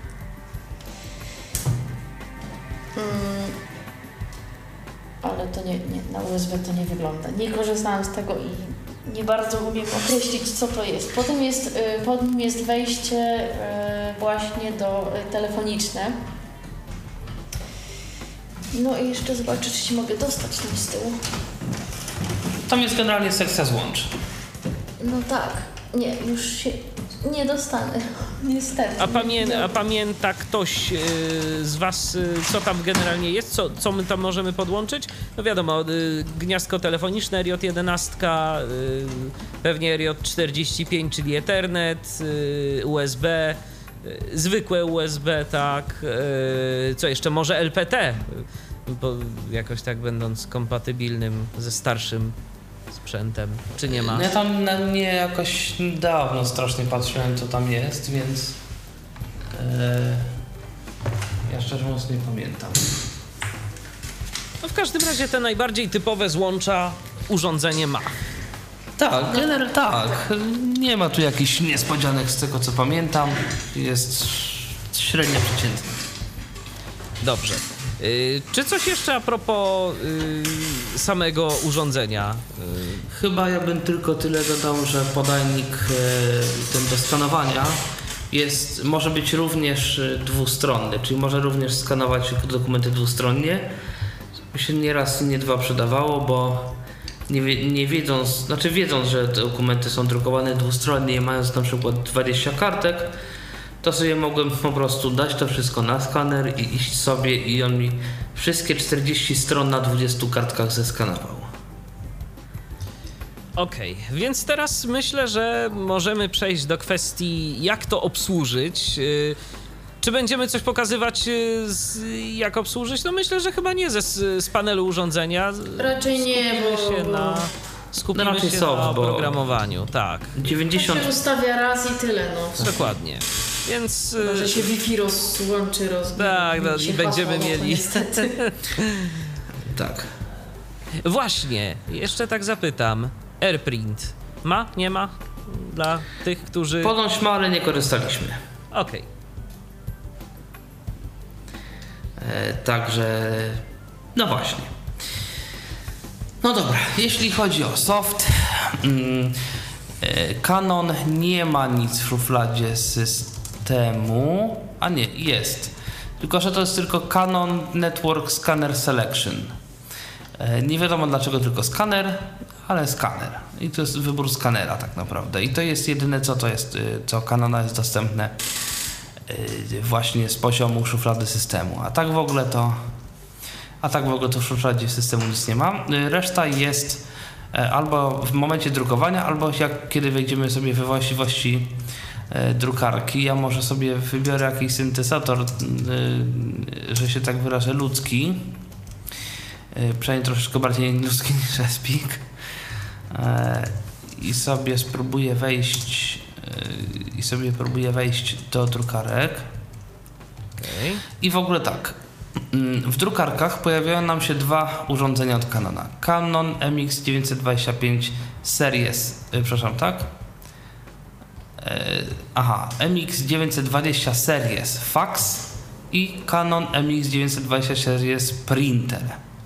Ale to nie, na USB to nie wygląda. Nie korzystałam z tego i nie bardzo umiem określić, co to jest. Potem jest, pod nim jest wejście właśnie telefoniczne. No i jeszcze zobaczę, czy się mogę dostać tam z tyłu. Tam jest generalnie sekcja złącz. No tak. Nie, już się nie dostanę. Niestety. A pamięta ktoś z was, co tam generalnie jest? Co my tam możemy podłączyć? No wiadomo, gniazdko telefoniczne RJ11, pewnie RJ45, czyli Ethernet, USB, zwykłe USB, tak. Co jeszcze? Może LPT, bo jakoś tak będąc kompatybilnym ze starszym sprzętem, czy nie ma? Ja tam na mnie jakoś dawno strasznie patrzyłem, co tam jest, więc ja szczerze mówiąc nie pamiętam. No w każdym razie te najbardziej typowe złącza urządzenie ma. Tak, tak. Nie ma tu jakichś niespodzianek z tego, co pamiętam. Jest średnio przeciętny. Dobrze. Czy coś jeszcze a propos samego urządzenia? Chyba ja bym tylko tyle dodał, że podajnik ten do skanowania może być również dwustronny, czyli może również skanować dokumenty dwustronnie. To się nie raz i nie dwa przydawało, bo nie wiedząc, że te dokumenty są drukowane dwustronnie i mając na przykład 20 kartek, to sobie mogłem po prostu dać to wszystko na skaner i iść sobie i on mi wszystkie 40 stron na 20 kartkach zeskanował. Okej, więc teraz myślę, że możemy przejść do kwestii, jak to obsłużyć. Czy będziemy coś pokazywać, jak obsłużyć? No myślę, że chyba nie z panelu urządzenia. Raczej nie, Skupimy się na oprogramowaniu, tak. 90 się ustawia raz i tyle, no. Dokładnie. Więc... Może się Wi-Fi rozłączy, tak, no, i będziemy mieli... Niestety. Tak. Właśnie, jeszcze tak zapytam. AirPrint ma? Nie ma? Dla tych, którzy... Ponoć ma, ale nie korzystaliśmy. Okej. Także... No właśnie. No dobra, jeśli chodzi o soft, Canon nie ma nic w szufladzie systemu, a nie, jest. Tylko że to jest tylko Canon Network Scanner Selection. Nie wiadomo dlaczego tylko skaner, ale skaner. I to jest wybór skanera tak naprawdę. I to jest jedyne co Canona jest dostępne właśnie z poziomu szuflady systemu. A tak w ogóle to w szufladzie systemu nic nie ma. Reszta jest albo w momencie drukowania, albo kiedy wejdziemy sobie we właściwości drukarki. Ja może sobie wybiorę jakiś syntezator, że się tak wyrażę, ludzki. Przynajmniej troszeczkę bardziej ludzki niż Espik. I sobie spróbuję wejść do drukarek. Okay. I w ogóle tak. W drukarkach pojawiają nam się dwa urządzenia od Canona. Canon MX925 Series, tak? MX920 Series Fax i Canon MX920 Series Printer.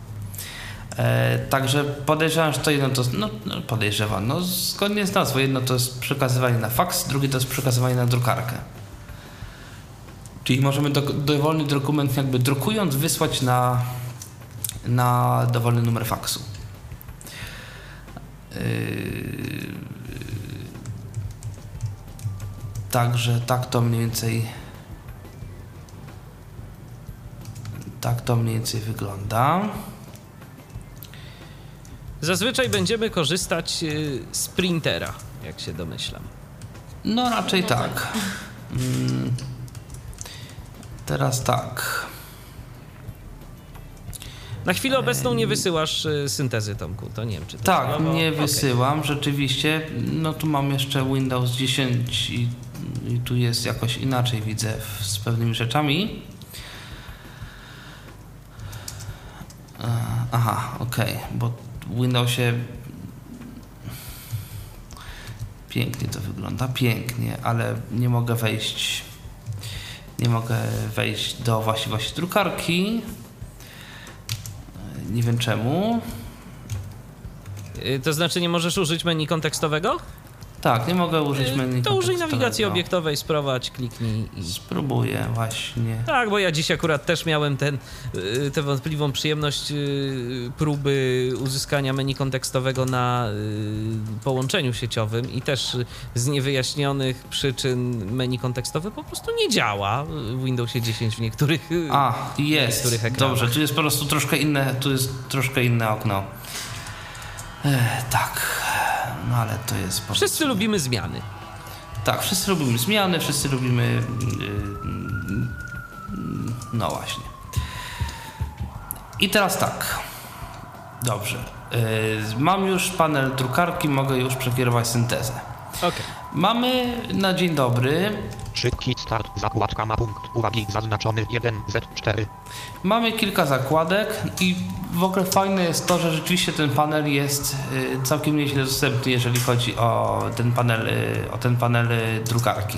Także podejrzewam, że to jedno to zgodnie z nazwą, jedno to jest przekazywanie na fax, drugie to jest przekazywanie na drukarkę. Czyli możemy dowolny dokument jakby drukując wysłać na dowolny numer faksu. Także tak to mniej więcej wygląda. Zazwyczaj będziemy korzystać z printera, jak się domyślam. No raczej tak. Teraz tak. Na chwilę obecną nie wysyłasz syntezy, Tomku, to nie wiem, czy to tak, słowo? nie wysyłam, rzeczywiście. No tu mam jeszcze Windows 10 i tu jest jakoś inaczej, widzę, z pewnymi rzeczami. Bo w Windowsie pięknie to wygląda, ale nie mogę wejść do właściwości drukarki. Nie wiem czemu. To znaczy nie możesz użyć menu kontekstowego? Tak, nie mogę użyć menu kontekstowego. To użyj nawigacji obiektowej, sprowadź, kliknij i... Spróbuję właśnie. Tak, bo ja dziś akurat też miałem tę wątpliwą przyjemność próby uzyskania menu kontekstowego na połączeniu sieciowym i też z niewyjaśnionych przyczyn menu kontekstowe po prostu nie działa w Windowsie 10 w niektórych ekranach. Dobrze, tu jest po prostu troszkę inne okno. Tak. No ale to jest... Wszyscy lubimy zmiany. Tak, wszyscy lubimy zmiany, wszyscy lubimy... No właśnie. I teraz tak. Dobrze. Mam już panel drukarki, mogę już przekierować syntezę. Okay. Mamy na dzień dobry... Szybki start, zakładka ma punkt uwagi zaznaczony 1Z4. Mamy kilka zakładek i w ogóle fajne jest to, że rzeczywiście ten panel jest całkiem nieźle dostępny, jeżeli chodzi o ten panel drukarki.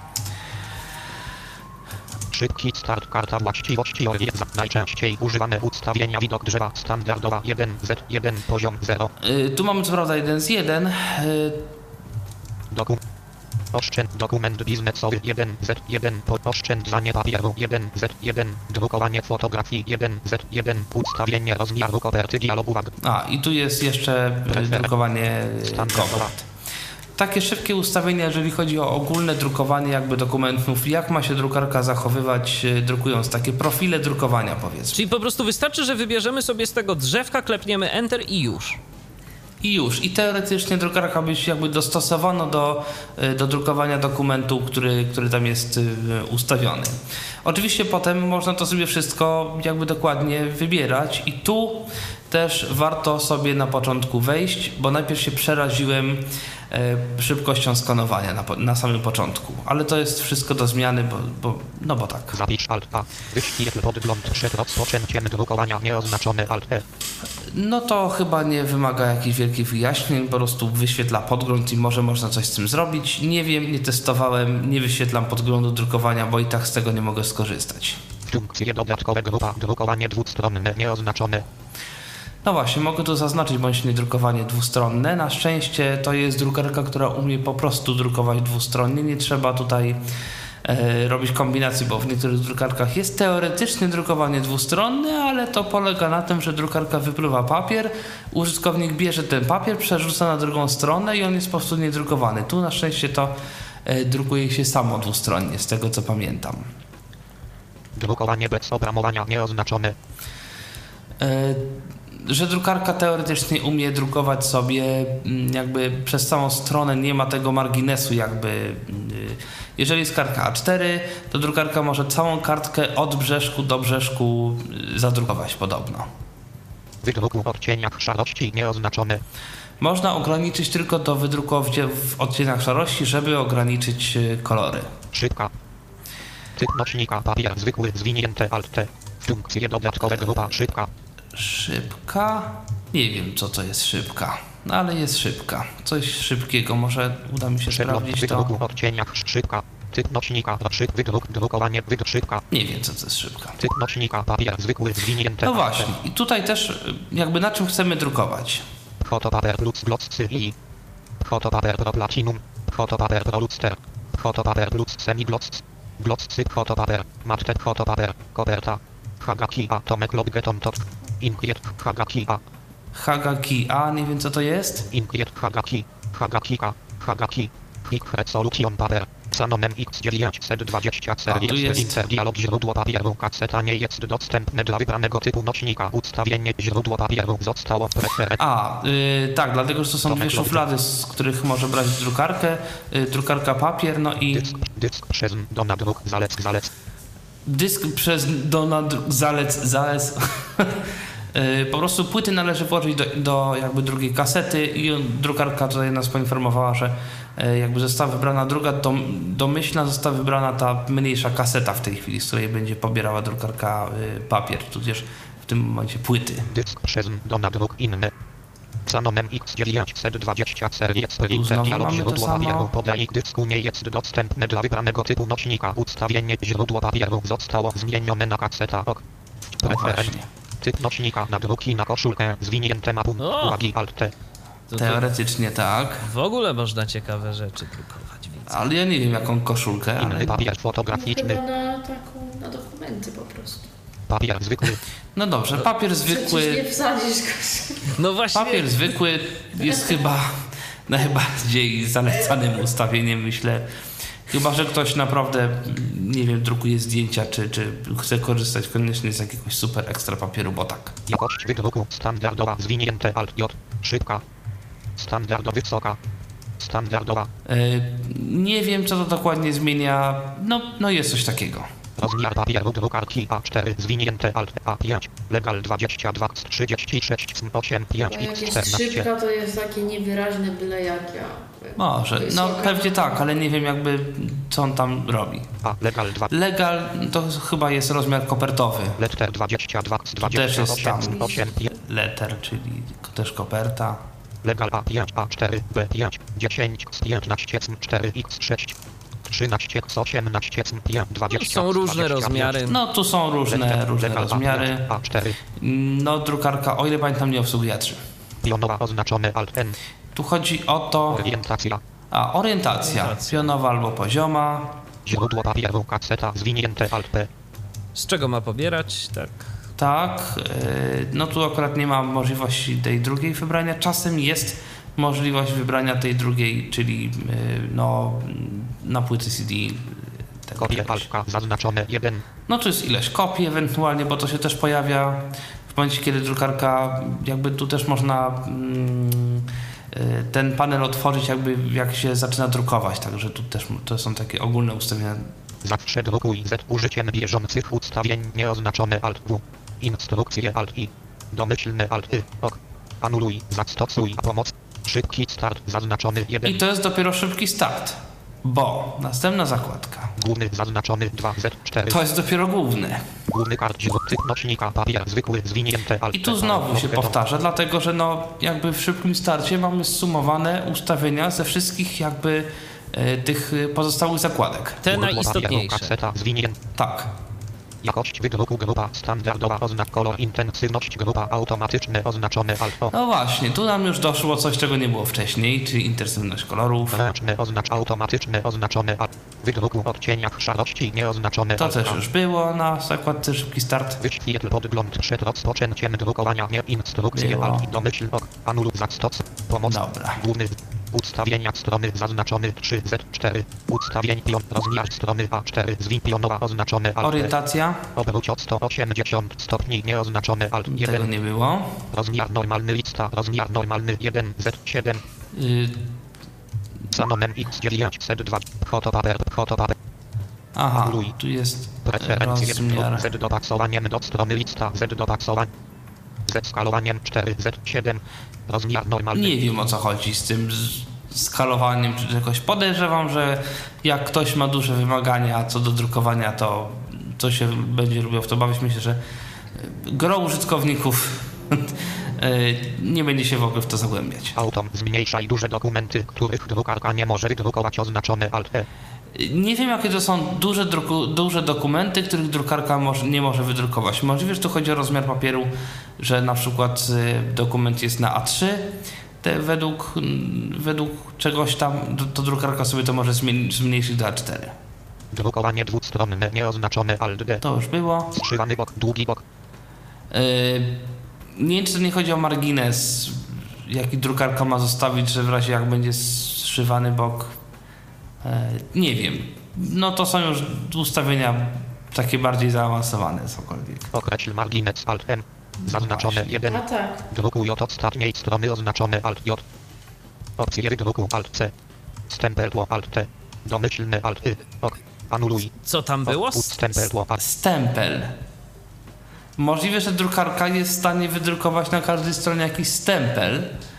Szybki start, karta właściwości najczęściej używane ustawienia widok drzewa standardowa 1Z1 poziom 0. Tu mamy co prawda 1 z 1. Dokument biznesowy 1Z1 oszczędzanie papieru 1Z1 drukowanie fotografii 1Z1 ustawienie rozmiaru koperty dialog uwag. I tu jest jeszcze drukowanie kopert. Takie szybkie ustawienia, jeżeli chodzi o ogólne drukowanie jakby dokumentów, jak ma się drukarka zachowywać drukując, takie profile drukowania powiedzmy. Czyli po prostu wystarczy, że wybierzemy sobie z tego drzewka, klepniemy Enter i już. I teoretycznie drukarka być jakby dostosowano do drukowania dokumentu, który tam jest ustawiony. Oczywiście potem można to sobie wszystko jakby dokładnie wybierać i tu też warto sobie na początku wejść, bo najpierw się przeraziłem szybkością skanowania na samym początku, ale to jest wszystko do zmiany, bo tak. Zapisz Alt A, wyświetl podgląd przed rozpoczęciem drukowania nieoznaczone Alt E. No to chyba nie wymaga jakichś wielkich wyjaśnień, po prostu wyświetla podgląd i może można coś z tym zrobić. Nie wiem, nie testowałem, nie wyświetlam podglądu drukowania, bo i tak z tego nie mogę skorzystać. Funkcje dodatkowe grupa drukowanie dwustronne nieoznaczone. No właśnie, mogę tu zaznaczyć bądź nie drukowanie dwustronne. Na szczęście to jest drukarka, która umie po prostu drukować dwustronnie. Nie trzeba tutaj robić kombinacji, bo w niektórych drukarkach jest teoretycznie drukowanie dwustronne, ale to polega na tym, że drukarka wypluwa papier, użytkownik bierze ten papier, przerzuca na drugą stronę i on jest po prostu niedrukowany. Tu na szczęście to drukuje się samo dwustronnie, z tego co pamiętam. Drukowanie bez obramowania nieoznaczone. że drukarka teoretycznie umie drukować sobie jakby przez całą stronę, nie ma tego marginesu jakby. Jeżeli jest kartka A4, to drukarka może całą kartkę od brzeszku do brzeszku zadrukować podobno. Wydruku w odcieniach szarości nieoznaczone. Można ograniczyć tylko do wydruku w odcieniach szarości, żeby ograniczyć kolory. Szybka. Typ nośnika papier zwykły zwinięte Alt-T. Funkcje dodatkowe grupa szybka. Szybka? Nie wiem co to jest szybka, no ale jest szybka. Coś szybkiego, może uda mi się Przegląd sprawdzić wydruku to. w odcieniach szybka. Typ nośnika wydruk drukowanie szybka. Nie wiem co to jest szybka. Typ nośnika papier zwykły zwinięte No Alt-T. właśnie, i tutaj też jakby na czym chcemy drukować. Fotopaper plus glossy i Fotopaper pro platinum. Fotopaper pro luster. Fotopaper plus semigloss. Glossy fotopaper. Matte fotopaper. Koperta. Hagaki a Tomek Lobgeton tot. Inkiet Hagaki a. Hagaki A, nie wiem co to jest. Inkiet Hagaki. Hagaki a. Hagaki. Hikret solution paper. Sanonem X920 tu jest. Interdialog źródło papieru. Kaseta nie jest dostępne dla wybranego typu nośnika. Ustawienie źródło papieru zostało preferowane. Tak, dlatego że to są dwie szuflady, z których może brać drukarkę. Drukarka papier, no i Dysk przez do nadruk zalec. dysk przez zalec. Po prostu płyty należy włożyć do jakby drugiej kasety i drukarka tutaj nas poinformowała, że jakby została wybrana druga, domyślna została wybrana ta mniejsza kaseta w tej chwili, z której będzie pobierała drukarka papier, tudzież w tym momencie płyty. Dysk przez do nadruk inny. Sanonem X920 serii dialog mamy to źródło samo. papieru podanik dysku nie jest dostępne dla wybranego typu nośnika. Ustawienie źródła papieru zostało zmienione na kaseta OK. No właśnie. Typ nośnika nadruki na koszulkę zwinięte mapą O! uwagi Alt-T. To Teoretycznie tak, w ogóle można ciekawe rzeczy drukować, więc... ale ja nie wiem jaką koszulkę, ale Inny papier No, fotograficzny. chyba na taką, na dokumenty po prostu. Papier zwykły. no dobrze, papier Przecież nie zwykły. wsadzisz go. No właśnie, Papier zwykły jest chyba najbardziej zalecanym ustawieniem, myślę. Chyba że ktoś naprawdę, nie wiem, drukuje zdjęcia, czy chce korzystać koniecznie z jakiegoś super ekstra papieru, bo tak. Jakość wydruku standardowa zwinięte Alt-J. Szybka. Standardowa wysoka. Standardowa. Nie wiem, co to dokładnie zmienia. No jest coś takiego. Rozmiar papieru drukarki A4 zwinięte Alt-A5. Legal 22 36 8 5 Bo jak x jest 14. szybka, to jest takie niewyraźne byle jak ja. Może. No Wysoka. pewnie tak, ale nie wiem jakby, co on tam robi. A legal 2. Legal to chyba jest rozmiar kopertowy. Letter 22 Też jest tam 28 8 letter, czyli też koperta. Legal A5 A4 B5 10 15 4 x6 13 18 5 20. są różne 25. rozmiary. No tu są różne rozmiary. A4. No drukarka, o ile pamiętam, nie obsługuje 3. Pionowa oznaczone Alt-N. Tu chodzi o to... Orientacja. Orientacja. Pionowa albo pozioma. Źródło papieru kaseta zwinięte Alt-P. Z czego ma pobierać? Tak. Tak, no tu akurat nie ma możliwości tej drugiej wybrania. Czasem jest możliwość wybrania tej drugiej, czyli no na płyty CD. Tego Kopie czegoś. Altka zaznaczone 1. No tu jest ileś kopii ewentualnie, bo to się też pojawia w momencie, kiedy drukarka, jakby tu też można ten panel otworzyć jakby jak się zaczyna drukować, także tu też to są takie ogólne ustawienia. Zawsze drukuj z użyciem bieżących ustawień nieoznaczone Alt-W. Instrukcje Alt-I. Domyślne Alt-Y. OK. Anuluj, zastosuj pomoc. Szybki start zaznaczony 1. I to jest dopiero szybki start, bo następna zakładka. Główny zaznaczony 2Z4. To jest dopiero główny. Główny kart źródł nośnika papier zwykły zwinięte Alt. I tu znowu się powtarza, dlatego że no jakby w szybkim starcie mamy zsumowane ustawienia ze wszystkich jakby tych pozostałych zakładek. Te najistotniejsze. Kaseta zwinięta. Tak. Jakość wydruku grupa standardowa oznak kolor intensywność grupa automatyczne oznaczone Alt-O. No właśnie, tu nam już doszło coś, czego nie było wcześniej, czyli intensywność kolorów. Ręczne automatyczne oznaczone Alt. Wydruku odcieniach szarości nieoznaczone To Alt. też już było na zakładce szybki start. Wyświetl podgląd przed rozpoczęciem drukowania. Nie instrukcje Było. Alt. Domyśl OK. Anuluj zastos. Pomoc. Dobra. Główny Ustawienia strony zaznaczony 3Z4. Ustawień pion rozmiar strony A4 zwin pionowa oznaczone Alt. Orientacja. Obróć o 180 stopni nieoznaczone Alt 1. Tego nie było. Rozmiar normalny lista. Rozmiar normalny 1Z7. Sanonem X9Z2. Fotopaper. Aha, Anuluj. tu jest Preferencje rozmiar. Z dopasowaniem do strony lista. Z dopasowaniem. Z skalowaniem 4Z7. Rozmiar normalny. Nie wiem, o co chodzi z tym skalowaniem czy czegoś. Podejrzewam, że jak ktoś ma duże wymagania co do drukowania, to się będzie lubił w to bawić. Myślę, że gro użytkowników nie będzie się w ogóle w to zagłębiać. Autom zmniejszaj duże dokumenty, których drukarka nie może wydrukować oznaczone Alt E. Nie wiem, jakie to są duże dokumenty, których drukarka nie może wydrukować. Możliwe, że tu chodzi o rozmiar papieru, że na przykład dokument jest na A3, według czegoś tam, to drukarka sobie to może zmniejszyć do A4. Drukowanie dwustronne nieoznaczone Alt D. To już było. Zszywany bok, długi bok. Nie wiem, czy to nie chodzi o margines, jaki drukarka ma zostawić, że w razie jak będzie zszywany bok. Nie wiem. No to są już ustawienia takie bardziej zaawansowane, cokolwiek. Określ margines Alt M. Zaznaczone Właśnie. 1. A tak. Drukuj od ostatniej strony oznaczone Alt J. Opcje wydruku Alt C. Stempeltło Alt T. Domyślny Alt Y. Ok. Anuluj. Co tam było? Stempeltło Alt. Stempel. Możliwe, że drukarka jest w stanie wydrukować na każdej stronie jakiś stempel.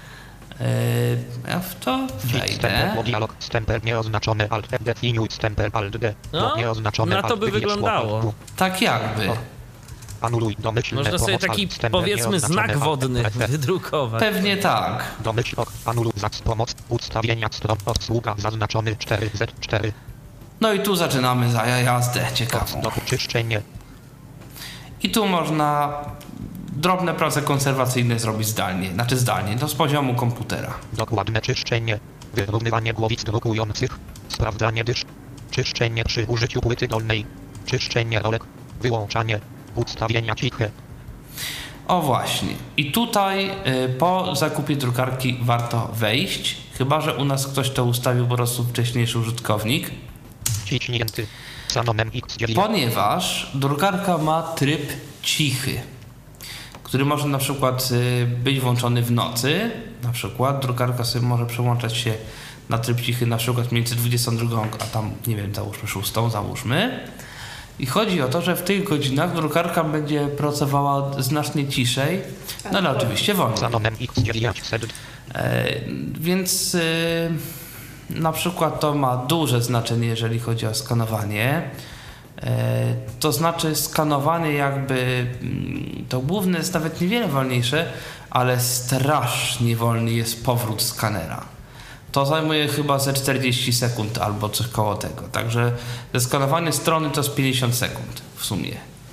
Ja w to wejdę. Stempel dialog. Stempel nieoznaczone Alt F. Definiuj stempel Alt D. No, Nieoznaczone na to Alt by wybierz wyglądało. słowo. Tak jakby. Anuluj domyślne Można sobie pomoc taki, Alt. Stempel powiedzmy, nieoznaczone znak Alt. wodny F. wydrukować. Pewnie tak. Domyśl ok. Anuluj zaks pomoc. Ustawienia stron. Obsługa zaznaczony 4Z4. No i tu zaczynamy za jazdę ciekawą. Czyszczenie. I tu można drobne prace konserwacyjne zrobić zdalnie. Znaczy zdalnie, to z poziomu komputera. Dokładne czyszczenie. Wyrównywanie głowic drukujących. Sprawdzanie dysz. Czyszczenie przy użyciu płyty dolnej. Czyszczenie rolek. Wyłączanie. Ustawienia ciche. O właśnie. I tutaj po zakupie drukarki warto wejść. Chyba że u nas ktoś to ustawił po prostu wcześniejszy użytkownik. Ciśnięty. Sanonem X9. Ponieważ drukarka ma tryb cichy, który może na przykład być włączony w nocy. Na przykład drukarka sobie może przełączać się na tryb cichy na przykład między 22, a tam, nie wiem, załóżmy 6, załóżmy. I chodzi o to, że w tych godzinach drukarka będzie pracowała znacznie ciszej, no ale oczywiście wolniej. Sanonem X9. Więc na przykład to ma duże znaczenie, jeżeli chodzi o skanowanie. To znaczy skanowanie jakby, to główne jest nawet niewiele wolniejsze, ale strasznie wolny jest powrót skanera. To zajmuje chyba ze 40 sekund albo coś koło tego. Także zeskanowanie strony to jest 50 sekund w sumie.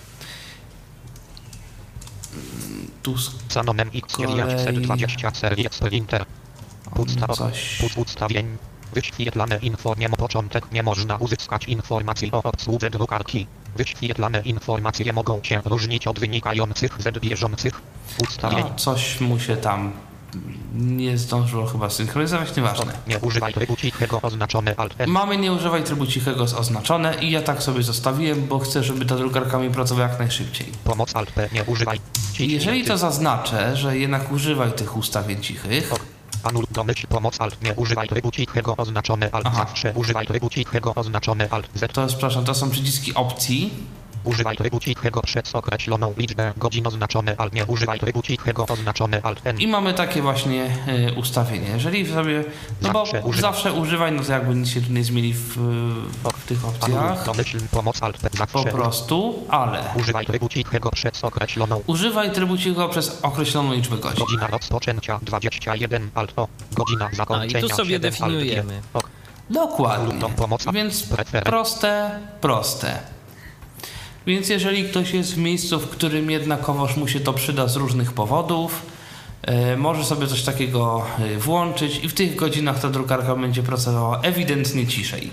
Tu Sanonem X920 Series Printer. Ustawień. Wyświetlane informiem początek. Nie można uzyskać informacji o obsłudze drukarki. Wyświetlane informacje mogą się różnić od wynikających z bieżących ustawień. No, coś mu się tam nie zdążyło chyba synchronizować, nieważne. Nie używaj trybu cichego oznaczone Alt N. Mamy nie używaj trybu cichego oznaczone i ja tak sobie zostawiłem, bo chcę, żeby ta drukarka mi pracowała jak najszybciej. Pomoc Alt P. Nie używaj. Jeżeli to zaznaczę, że jednak używaj tych ustawień cichych. Anul domyśl pomoc Alt. Nie używaj trybu cichego oznaczone Alt. Aha. Zawsze używaj trybu cichego oznaczone Alt Z. To jest, przepraszam, to są przyciski opcji. Używaj trybu cichego przez określoną liczbę godzin oznaczone Alt. Nie używaj trybu cichego oznaczone Alt N. I mamy takie właśnie ustawienie. Jeżeli sobie, no bo zawsze używaj, no to jakby nic się tu nie zmieni w tych opcjach. Anul domyśl pomoc Alt. Zawsze Po prostu, ale używaj trybu cichego przez określoną. Używaj trybu cichego przez określoną liczbę godzin. Godzina rozpoczęcia 21 Alt O. Godzina A zakończenia i tu sobie 7 definiujemy. Alt G. Dokładnie. Pomoc. Więc proste. Więc jeżeli ktoś jest w miejscu, w którym jednakowoż mu się to przyda z różnych powodów, może sobie coś takiego włączyć i w tych godzinach ta drukarka będzie pracowała ewidentnie ciszej.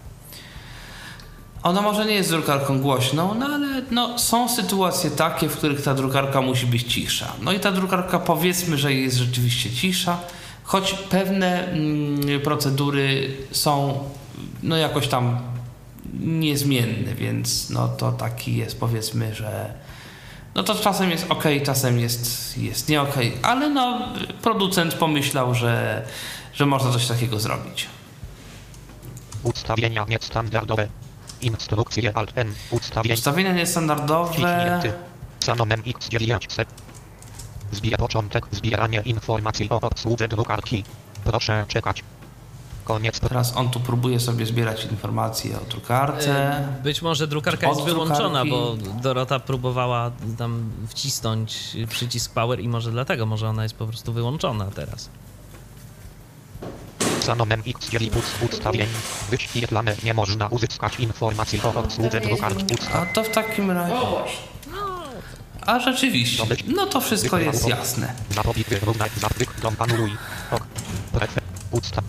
Ona może nie jest drukarką głośną, no ale są sytuacje takie, w których ta drukarka musi być cisza. No i ta drukarka, powiedzmy, że jest rzeczywiście cisza, choć pewne procedury są no jakoś tam niezmienne, więc no to taki jest, powiedzmy, że no to czasem jest ok, czasem jest nie ok, ale no producent pomyślał, że można coś takiego zrobić. Ustawienia niestandardowe. Instrukcje Alt-N. Ustawienia niestandardowe. Sanonem X900. Początek zbierania informacji o obsłudze drukarki. Proszę czekać. Koniec. Teraz on tu próbuje sobie zbierać informacje o drukarce. Być może drukarka jest wyłączona, drukarki. bo Dorota próbowała tam wcisnąć przycisk power i może ona jest po prostu wyłączona teraz. Sanonem X9 ustawień. Wyświetlane. Nie można uzyskać informacji o obsłudze drukarki. A to w takim razie... A rzeczywiście, no to wszystko jest jasne. Zapowiedź wyrównać zapryk dom anuluj. Ok. Ustaw.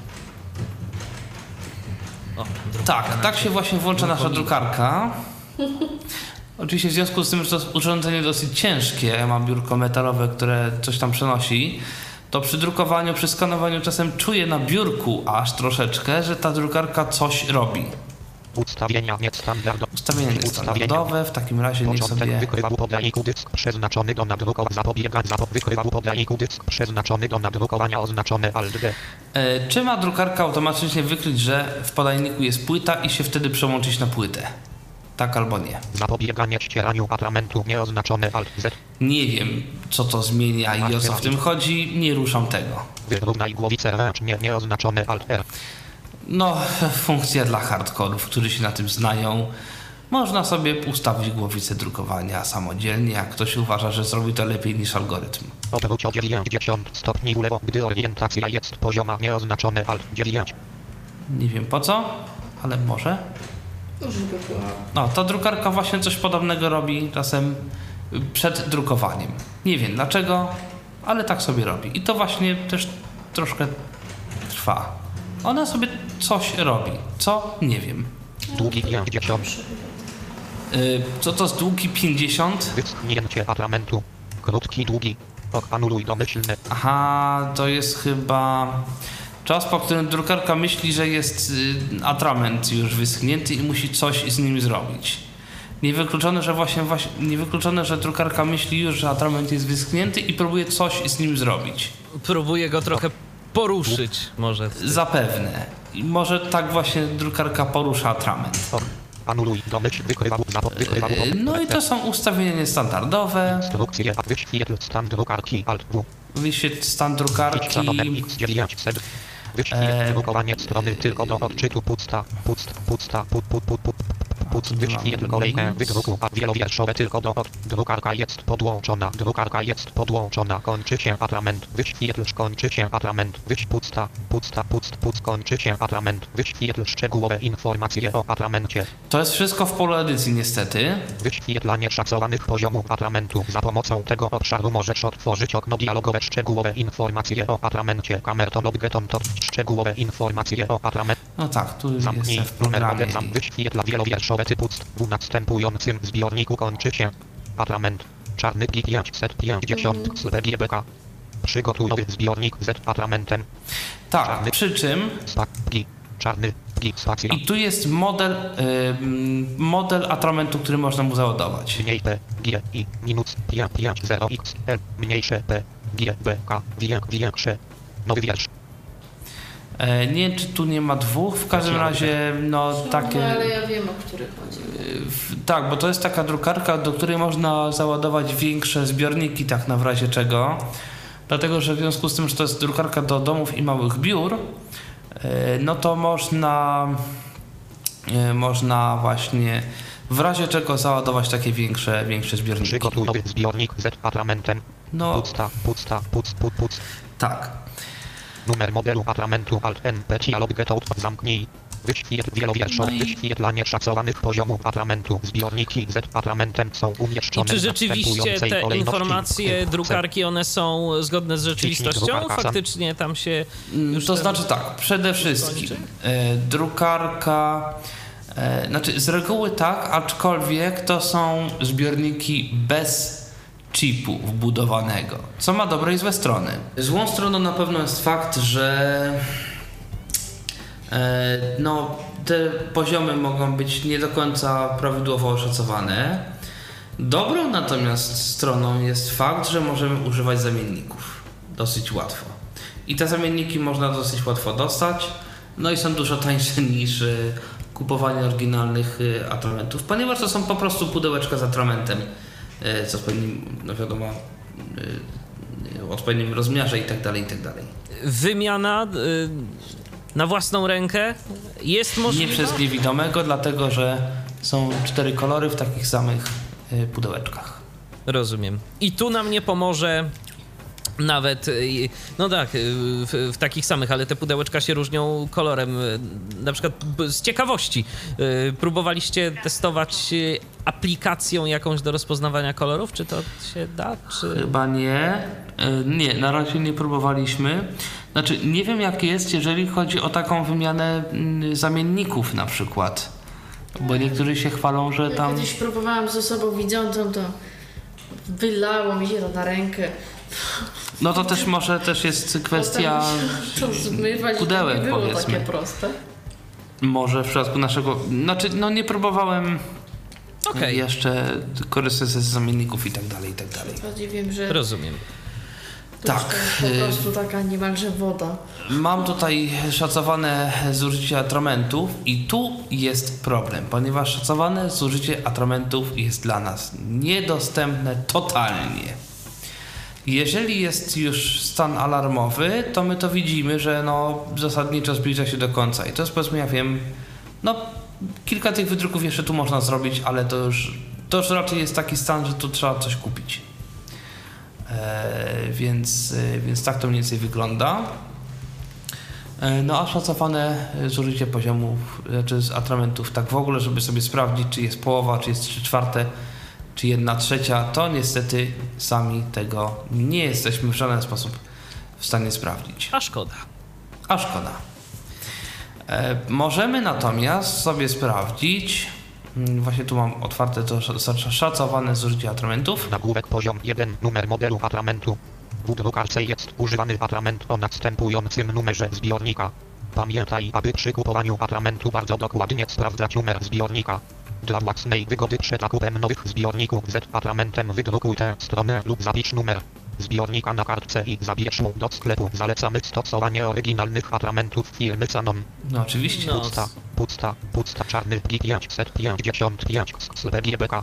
Tak się właśnie włącza nasza drukarka. Oczywiście w związku z tym, że to jest urządzenie dosyć ciężkie, ja mam biurko metalowe, które coś tam przenosi, to przy drukowaniu, przy skanowaniu czasem czuję na biurku aż troszeczkę, że ta drukarka coś robi. Ustawienia niestandardowe. Ustawienia niestandardowe, w takim razie niech Początek sobie... wykrywał podajniku dysk przeznaczony do nadrukowania. Wykrywał podajniku dysk przeznaczony do nadrukowania oznaczony Alt-D. Czy ma drukarka automatycznie wykryć, że w podajniku jest płyta i się wtedy przełączyć na płytę? Tak albo nie. Zapobieganie ścieraniu atramentu nieoznaczone Alt-Z. Nie wiem, co to zmienia i o co w tym chodzi, nie ruszam tego. Wyrównaj głowicę ręcznie nieoznaczone Alt-R. No, funkcja dla hardkorów, którzy się na tym znają. Można sobie ustawić głowicę drukowania samodzielnie, jak ktoś uważa, że zrobi to lepiej niż algorytm. Obróć o 90 stopni w lewo, gdy orientacja jest pozioma nieoznaczone Alt-9. Nie wiem po co, ale może. No, ta drukarka właśnie coś podobnego robi czasem przed drukowaniem. Nie wiem dlaczego, ale tak sobie robi. I to właśnie też troszkę trwa. Ona sobie coś robi. Co? Nie wiem. Długi 50. Co to z długi 50? Wyschnięcie atramentu. Krótki, długi. Ok, anuluj domyślny. Aha, to jest chyba czas, po którym drukarka myśli, że jest atrament już wyschnięty i musi coś z nim zrobić. Niewykluczone, że drukarka myśli już, że atrament jest wyschnięty i próbuje coś z nim zrobić. Próbuje go trochę poruszyć może. Zapewne. I może tak właśnie drukarka porusza atrament. Ok, anuluj domyśl, wykrywał. No i to są ustawienia niestandardowe. Instrukcje, wyświetl stan drukarki Alt-W. Wyświetl stan drukarki. Sanonem X900. Wyświetl drukowanie strony tylko do odczytu pusta. Wyświetl kolejkę wydruku, a wielowierszowe tylko do drukarka jest podłączona, kończy się atrament, wyświetl kończy się atrament, kończy się atrament, wyświetl szczegółowe informacje o atramencie. To jest wszystko w polu edycji niestety. Wyświetlanie szacowanych poziomów atramentu. Za pomocą tego obszaru możesz otworzyć okno dialogowe szczegółowe informacje o atramencie. Kamertolog geton to szczegółowe informacje o atramencie. No tak, tu Zamknij jest w numer programie. magazyn, wyświetla wielowierszowe typu w następującym zbiorniku kończy się atrament czarny G550 z GBK. Przygotuj nowy zbiornik z atramentem. Tak, przy czym Czarny G spacja. i tu jest model atramentu, który można mu załadować. Mniej P G I minus 50 X L mniejsze P G B K większe. Nowy wiersz. Nie wiem, czy tu nie ma dwóch, w każdym razie no takie... No, ale ja wiem, o których chodzi. Tak, bo to jest taka drukarka, do której można załadować większe zbiorniki, tak na w razie czego. Dlatego, że w związku z tym, że to jest drukarka do domów i małych biur, no to można właśnie w razie czego załadować takie większe zbiorniki. Przygotuj nowy zbiornik z atramentem. No, Puc. tak. Numer modelu atramentu Alt-NP dialog getout zamknij. Wyświetl wielowierszowe wyświetlanie szacowanych poziomów atramentu. Zbiorniki z atramentem są I umieszczone czy w rzeczywiście następującej te kolejności. informacje drukarki, one są zgodne z rzeczywistością? Faktycznie tam się już To znaczy tak, przede wszystkim drukarka, znaczy z reguły tak, aczkolwiek to są zbiorniki bez chipu wbudowanego, co ma dobre i złe strony. Złą stroną na pewno jest fakt, że te poziomy mogą być nie do końca prawidłowo oszacowane. Dobrą natomiast stroną jest fakt, że możemy używać zamienników dosyć łatwo. I te zamienniki można dosyć łatwo dostać, no i są dużo tańsze niż kupowanie oryginalnych atramentów, ponieważ to są po prostu pudełeczka z atramentem, co w pewnym, wiadomo, odpowiednim rozmiarze i tak dalej. Wymiana na własną rękę jest możliwa? Nie przez niewidomego, dlatego że są 4 kolory w takich samych pudełeczkach. Rozumiem. I tu nam nie pomoże nawet, no tak, w takich samych, ale te pudełeczka się różnią kolorem. Na przykład z ciekawości, próbowaliście testować aplikacją jakąś do rozpoznawania kolorów? Czy to się da? Czy... Chyba nie. Nie, na razie nie próbowaliśmy. Znaczy, nie wiem jak jest, jeżeli chodzi o taką wymianę zamienników na przykład. Bo niektórzy się chwalą, że tam... Kiedyś próbowałam z osobą widzącą, to wylało mi się to na rękę. No to też może też jest kwestia to zmywać, pudełek, to nie było powiedzmy. takie proste. Może w przypadku naszego... Znaczy, no nie próbowałem jeszcze korzystać ze zamienników i tak dalej. Bardziej wiem, że Rozumiem. to Tak. jest po prostu taka niemalże woda. Mam tutaj szacowane zużycie atramentów i tu jest problem, ponieważ szacowane zużycie atramentów jest dla nas niedostępne totalnie. Jeżeli jest już stan alarmowy, to my to widzimy, że zasadniczo zbliża się do końca i to jest, powiedzmy, ja wiem, kilka tych wydruków jeszcze tu można zrobić, ale to już raczej jest taki stan, że tu trzeba coś kupić. Więc tak to mniej więcej wygląda. A szacowane zużycie poziomów, znaczy z atramentów, tak w ogóle, żeby sobie sprawdzić, czy jest połowa, czy jest 3/4, czy 1/3, to niestety sami tego nie jesteśmy w żaden sposób w stanie sprawdzić. A szkoda. Możemy natomiast sobie sprawdzić, właśnie tu mam otwarte to szacowane zużycie atramentów. Nagłówek poziom 1, numer modelu atramentu. W drukarce jest używany atrament o następującym numerze zbiornika. Pamiętaj, aby przy kupowaniu atramentu bardzo dokładnie sprawdzać numer zbiornika. Dla własnej wygody przed zakupem nowych zbiorników z atramentem wydrukuj tę stronę lub zapisz numer zbiornika na kartce i zabierz ją do sklepu. Zalecamy stosowanie oryginalnych atramentów firmy Canon. No oczywiście. Pusta czarny G555 SLBGBK.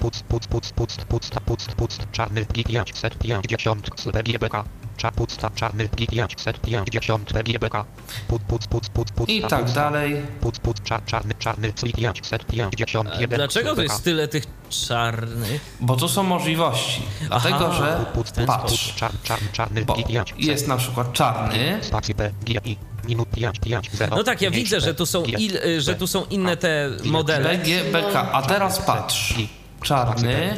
Pusta czarny G550 SLBGBK. Czarny G550 BGBK. I tak dalej. Czarny G551. Dlaczego to jest tyle tych czarnych? Bo tu są możliwości. Dlatego, że patrz, bo jest na przykład czarny. No tak, ja widzę, że tu są inne te modele. BGBK, a teraz patrz. Czarny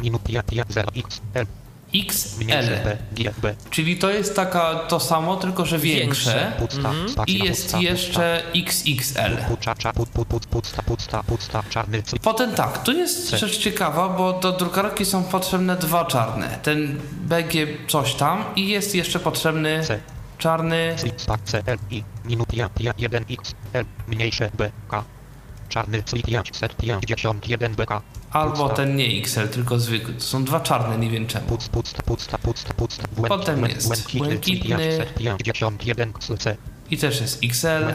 XL, czyli to jest to samo, tylko że większe. I jest jeszcze XXL. Potem tak, tu jest rzecz ciekawa, bo do drukarki są potrzebne 2 czarne. Ten BG coś tam i jest jeszcze potrzebny czarny mniejsze BK. Czarny 551 BK. Albo ten nie XL, tylko zwykły. To są 2 czarne, nie wiem czemu. Potem jest błękitny i też jest XL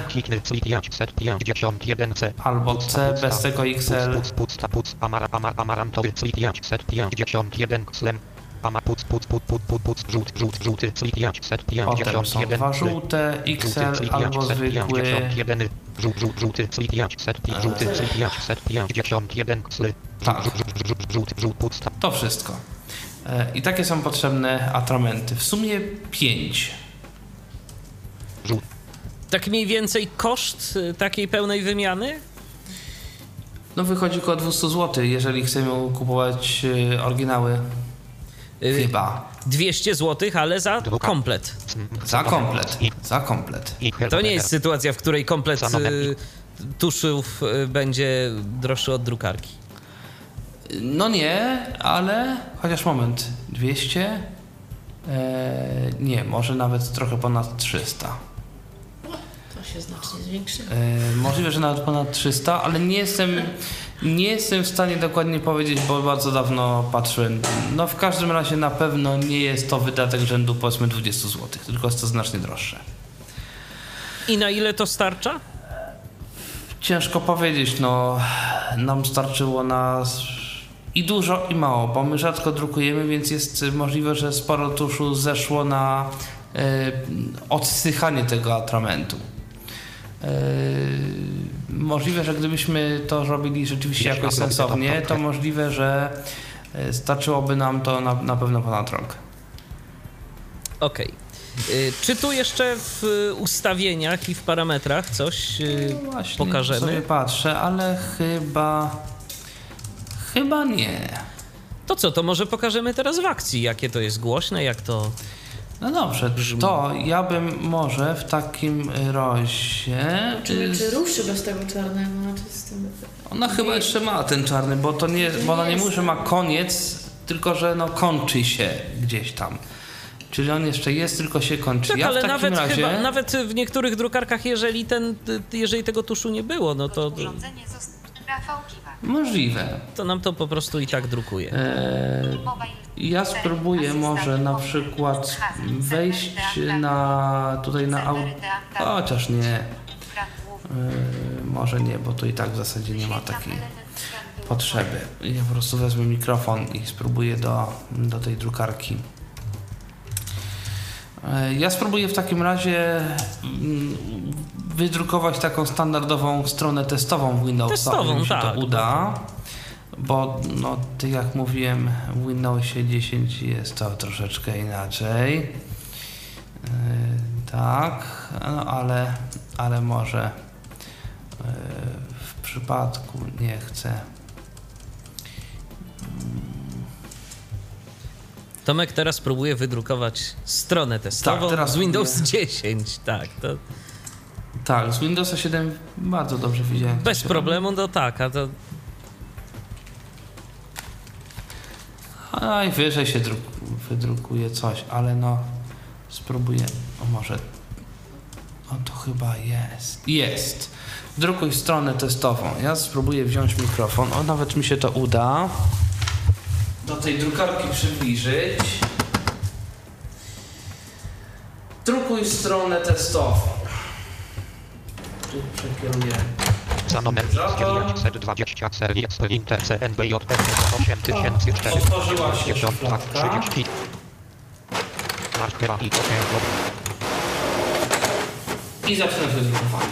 albo C bez tego XL. Amarantowy 551 slem. Żółty Potem są 2 żółte XL albo zwykły. Żółty 551 sly. Tak. To wszystko. I takie są potrzebne atramenty. W sumie 5. Tak mniej więcej koszt takiej pełnej wymiany? No wychodzi około 200 zł, jeżeli chcemy kupować oryginały. Chyba. 200 zł, ale za komplet. Za komplet. To nie jest sytuacja, w której komplet tuszów będzie droższy od drukarki. No nie, ale chociaż moment, 200? Nie, może nawet trochę ponad 300. To się znacznie zwiększy. Możliwe, że nawet ponad 300, ale nie jestem w stanie dokładnie powiedzieć, bo bardzo dawno patrzyłem. No w każdym razie na pewno nie jest to wydatek rzędu powiedzmy 20 zł, tylko jest to znacznie droższe. I na ile to starcza? Ciężko powiedzieć, no nam starczyło na i dużo i mało, bo my rzadko drukujemy, więc jest możliwe, że sporo tuszu zeszło na odsychanie tego atramentu. Możliwe, że gdybyśmy to robili rzeczywiście jakoś sensownie, to możliwe, że starczyłoby nam to na pewno ponad rok. Okej. Czy tu jeszcze w ustawieniach i w parametrach coś Właśnie pokażemy? sobie patrzę, ale chyba nie. To co, to może pokażemy teraz w akcji, jakie to jest głośne, jak to... No dobrze, to ja bym może w takim razie... Czy ruszy bez tego czarnego? Ona chyba jeszcze ma ten czarny, bo ona nie mówi, że ma koniec, tylko że no kończy się gdzieś tam. Czyli on jeszcze jest, tylko się kończy. Tak, ja ale w takim razie... nawet w niektórych drukarkach, jeżeli tego tuszu nie było, no to... Możliwe. To nam to po prostu i tak drukuje. Ja spróbuję może na przykład wejść tutaj na chociaż nie. Może nie, bo tu i tak w zasadzie nie ma takiej potrzeby. Ja po prostu wezmę mikrofon i spróbuję do tej drukarki. Ja spróbuję w takim razie wydrukować taką standardową stronę testową Windowsa, jeżeli się to uda. Bo no, tak jak mówiłem, w Windowsie 10 jest to troszeczkę inaczej. Tak, no ale może w przypadku nie chcę. Tomek teraz próbuje wydrukować stronę testową z Windows 10. Tak, to... Tak, z Windowsa 7 bardzo dobrze widziałem. Bez problemu, no tak, a to... Najwyżej się wydrukuje coś, ale no spróbuję, może to chyba jest. Drukuj stronę testową. Ja spróbuję wziąć mikrofon, nawet mi się to uda do tej drukarki przybliżyć. Drukuj stronę testową. Tu przekieruję. Zanomem X920 serii Sprinter CNBJ 8400. Otworzyła się szufladka. I zaczynam wydrukowanie.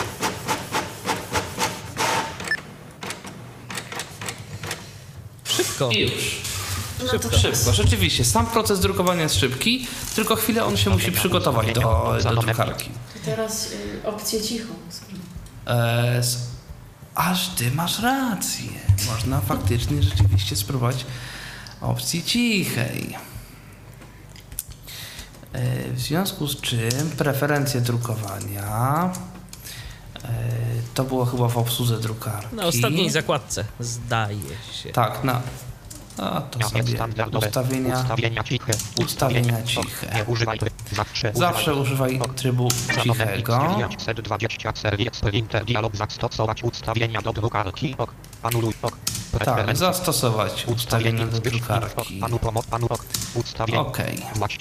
Szybko. I już. Szybko, rzeczywiście. Sam proces drukowania jest szybki, tylko chwilę on się musi przygotować do drukarki. To teraz opcję cichą. Aż ty masz rację. Można faktycznie rzeczywiście spróbować opcji cichej. W związku z czym preferencje drukowania to było chyba w obsłudze drukarki. Na ostatniej zakładce, zdaje się. Tak, to sobie ustawienia ciche. Zawsze używaj trybu cichego. Tak, zastosować ustawienia do drukarki. Okej.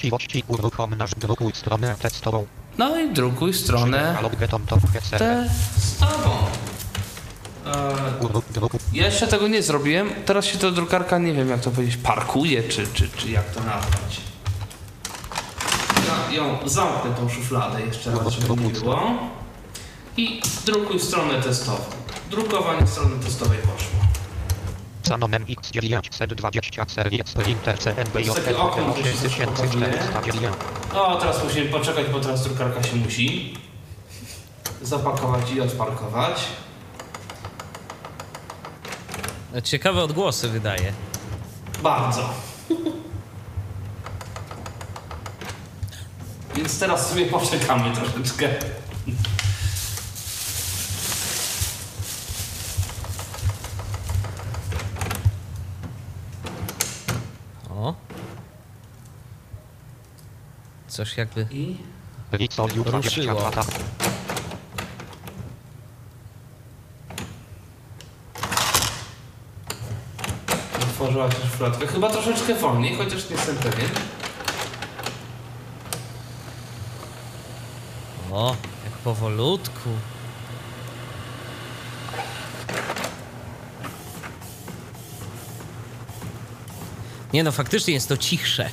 No i drukuj stronę testową. Ja jeszcze tego nie zrobiłem. Teraz się ta drukarka, nie wiem jak to powiedzieć, parkuje, czy jak to nazwać. Ja ją zamknę tą szufladę jeszcze raz, żeby nie było. I drukuj stronę testową. Drukowanie strony testowej poszło. Zanomem X920 serii Sprinter CNBJ 8400. Teraz musimy poczekać, bo teraz drukarka się musi zapakować i odparkować. Ciekawe odgłosy wydaje. Bardzo. Więc teraz sobie poczekamy troszeczkę. Coś jakby I Licoliu 22. otworzyła się szufladka. Chyba troszeczkę wolniej, chociaż nie jestem pewien. O, jak powolutku. Nie no, faktycznie jest to cichsze.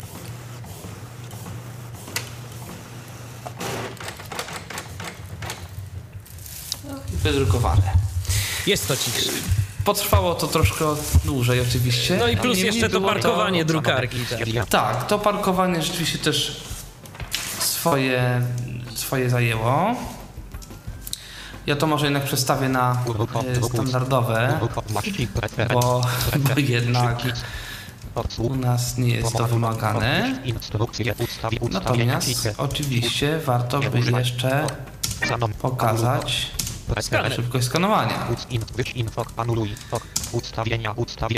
Wydrukowane. Jest to cichsze. Potrwało to troszkę dłużej oczywiście. No i plus Niemniej jeszcze to było parkowanie drukarki. Tak. Tak, to parkowanie rzeczywiście też swoje zajęło. Ja to może jednak przestawię na standardowe, bo jednak u nas nie jest to wymagane. Natomiast oczywiście warto by jeszcze pokazać Skaner. szybkość skanowania. Ustawienia.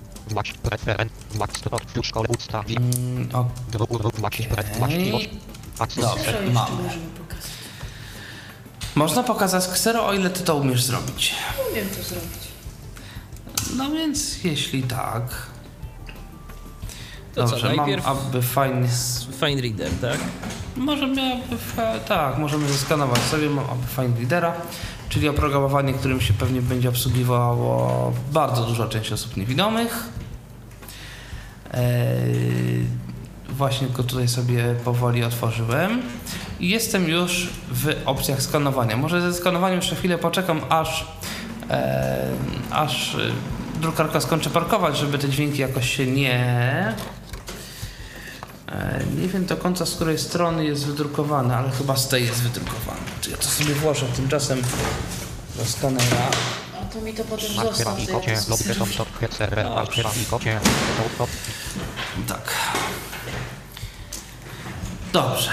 Okej. Dobrze, mamy. Możemy pokazać. Można pokazać ksero, o ile ty to umiesz zrobić. Umiem to zrobić. No więc jeśli tak... To co, Dobrze, najpierw mam aby fajnie... Fine Reader, tak? Możemy zeskanować sobie, mam aby Find Readera, czyli oprogramowanie, którym się pewnie będzie obsługiwało bardzo duża część osób niewidomych. Właśnie go tutaj sobie powoli otworzyłem i jestem już w opcjach skanowania. Może ze skanowaniem jeszcze chwilę poczekam, aż drukarka skończy parkować, żeby te dźwięki jakoś się nie wiem do końca, z której strony jest wydrukowane, ale chyba z tej jest wydrukowane. Czy ja to sobie włożę tymczasem do skanera. A to mi to potem zostaw, że ja to zrobię. Tak. Dobrze.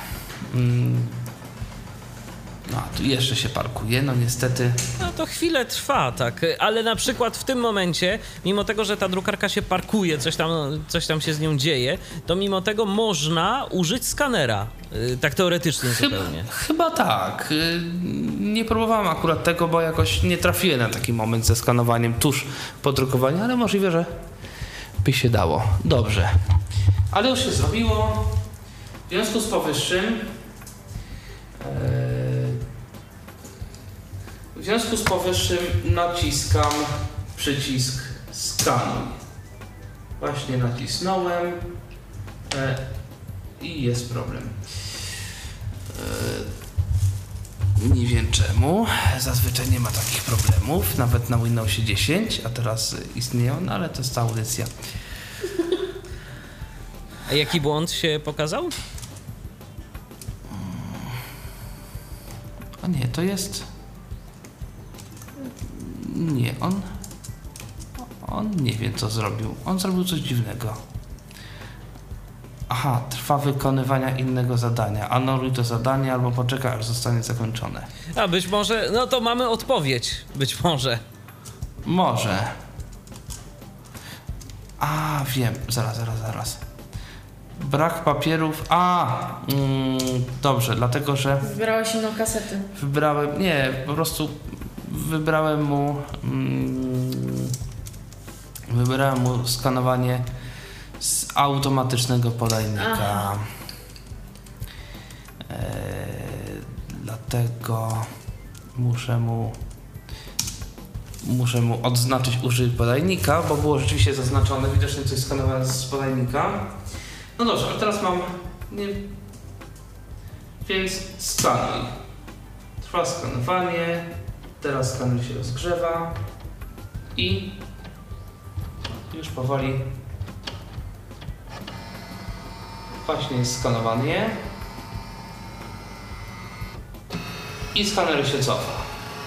No, tu jeszcze się parkuje, no niestety. No to chwilę trwa, tak, ale na przykład w tym momencie, mimo tego, że ta drukarka się parkuje, coś tam się z nią dzieje, to mimo tego można użyć skanera, tak teoretycznie zupełnie. Chyba tak. Nie próbowałem akurat tego, bo jakoś nie trafiłem na taki moment ze skanowaniem tuż po drukowaniu, ale możliwe, że by się dało. Dobrze. Ale już się zrobiło. W związku z powyższym naciskam przycisk skanuj. Właśnie nacisnąłem i jest problem. Nie wiem czemu. Zazwyczaj nie ma takich problemów, nawet na Windowsie 10, a teraz istnieją, no ale to jest ta audycja. A jaki błąd się pokazał? A nie, to jest... Nie, on nie wie co zrobił. On zrobił coś dziwnego. Aha, trwa wykonywania innego zadania. Anuluj to zadanie albo poczekaj, aż zostanie zakończone. A być może, no to mamy odpowiedź, być może. Może. A, wiem, zaraz. Brak papierów. Dobrze, dlatego że Wybrałeś inną kasetę. wybrałem mu skanowanie z automatycznego podajnika. Dlatego muszę mu odznaczyć użyj podajnika, bo było rzeczywiście zaznaczone, widocznie coś skanowane z podajnika. No dobrze, ale teraz mam... Więc skanuj. Trwa skanowanie. Teraz skanuj się rozgrzewa. I już powoli właśnie jest skanowanie. I skaner się cofa.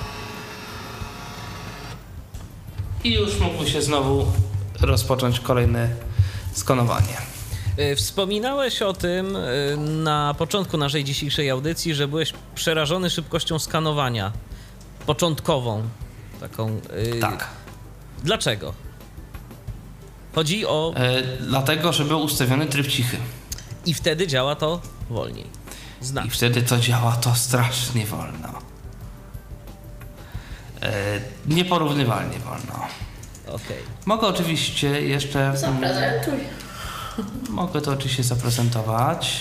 I już mógłby się znowu rozpocząć kolejne skanowanie. Wspominałeś o tym na początku naszej dzisiejszej audycji, że byłeś przerażony szybkością skanowania. Początkową. Taką. Tak. Dlaczego? Chodzi o... Dlatego, że był ustawiony tryb cichy. I wtedy działa to wolniej. I Znacznie. wtedy to działa to strasznie wolno. Nieporównywalnie wolno. Okej. Mogę oczywiście jeszcze... Zaprezentuj. Mogę to oczywiście zaprezentować.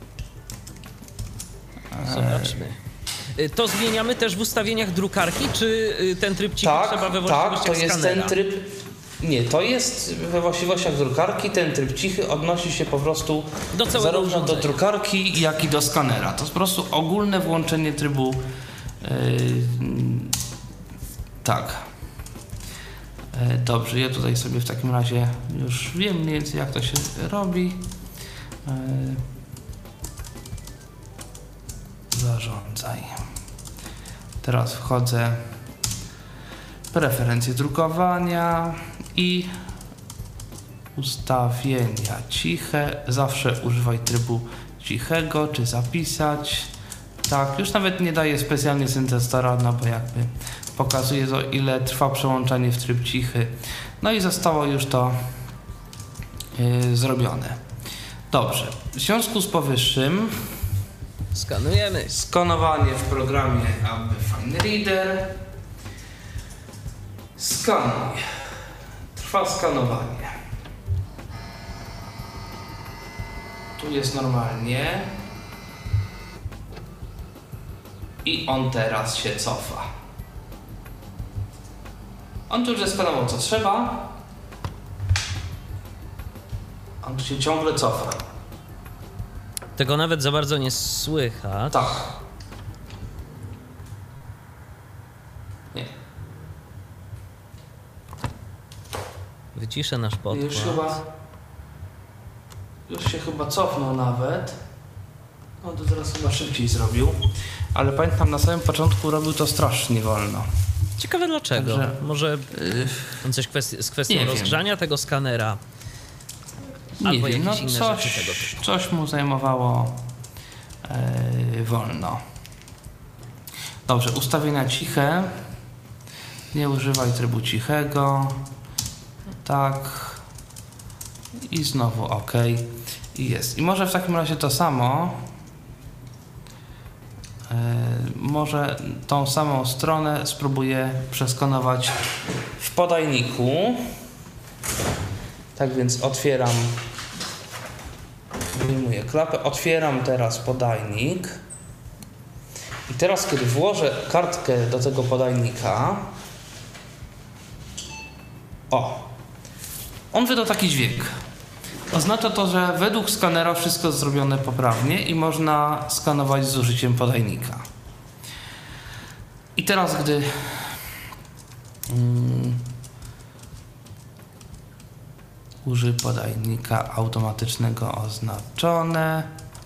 Zobaczmy. To zmieniamy też w ustawieniach drukarki, czy ten tryb cichy trzeba we właściwościach to jest skanera? ten tryb... Nie, to jest we właściwościach drukarki. Ten tryb cichy odnosi się po prostu Do całego zarówno do urządzenia. drukarki, jak i do skanera. To jest po prostu ogólne włączenie trybu... tak. Dobrze, ja tutaj sobie w takim razie już wiem mniej więcej, jak to się robi. Zarządzaj. Teraz wchodzę w preferencje drukowania i ustawienia ciche. Zawsze używaj trybu cichego, czy zapisać. Tak, już nawet nie daję specjalnie syntezatora, no bo jakby pokazuje to, ile trwa przełączanie w tryb cichy. No i zostało już to zrobione. Dobrze, w związku z powyższym Skanujemy. skanowanie w programie AB Fine Reader. Skanuj. Trwa skanowanie. Tu jest normalnie. I on teraz się cofa. On tu już zeskanował co trzeba. On tu się ciągle cofa. Tego nawet za bardzo nie słychać. Tak. Nie. Wyciszę nasz podkład. Już się chyba cofnął nawet. On to teraz chyba szybciej zrobił. Ale pamiętam, na samym początku robił to strasznie wolno. Ciekawe dlaczego. Także, Może coś z kwestią nie wiem. rozgrzania tego skanera? Albo nie wiem, jakieś inne rzeczy tego typu. coś mu zajmowało wolno. Dobrze, ustawienia ciche. Nie używaj trybu cichego. Tak. I znowu OK. I jest. I może w takim razie to samo. Może tą samą stronę spróbuję przeskanować w podajniku. Tak więc otwieram, wyjmuję klapę, otwieram teraz podajnik i teraz kiedy włożę kartkę do tego podajnika, on wyda taki dźwięk. Oznacza to, że według skanera wszystko jest zrobione poprawnie i można skanować z użyciem podajnika. I teraz gdy użyj podajnika automatycznego oznaczone.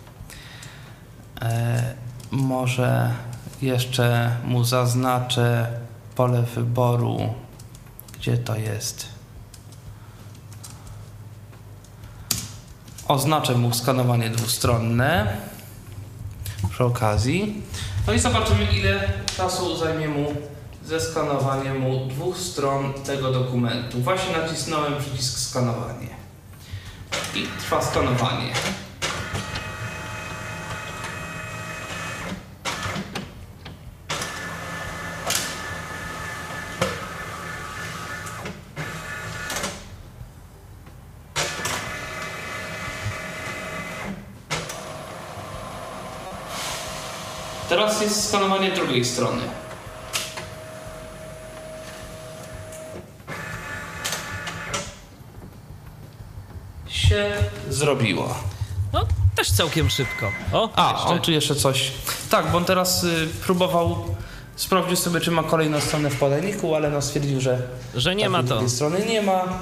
Może jeszcze mu zaznaczę pole wyboru, gdzie to jest. Oznaczę mu skanowanie dwustronne przy okazji. No i zobaczymy, ile czasu zajmie mu zeskanowanie mu 2 stron tego dokumentu. Właśnie nacisnąłem przycisk skanowanie. I trwa skanowanie. Teraz jest skanowanie drugiej strony. Się zrobiło. No, też całkiem szybko. On tu jeszcze coś... Tak, bo on teraz sprawdził sobie, czy ma kolejną stronę w podajniku, ale no stwierdził, że nie ma to. Drugiej strony nie ma.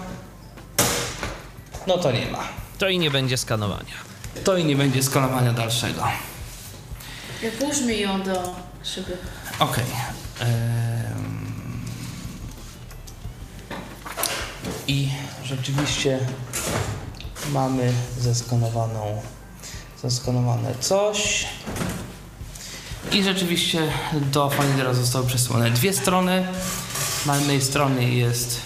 No to nie ma. To i nie będzie skanowania. To i nie będzie skanowania dalszego. Włóżmy ją do szyby. Okej. I rzeczywiście mamy zeskanowane coś. I rzeczywiście do Findera zostały przesłane 2 strony. Na jednej stronie jest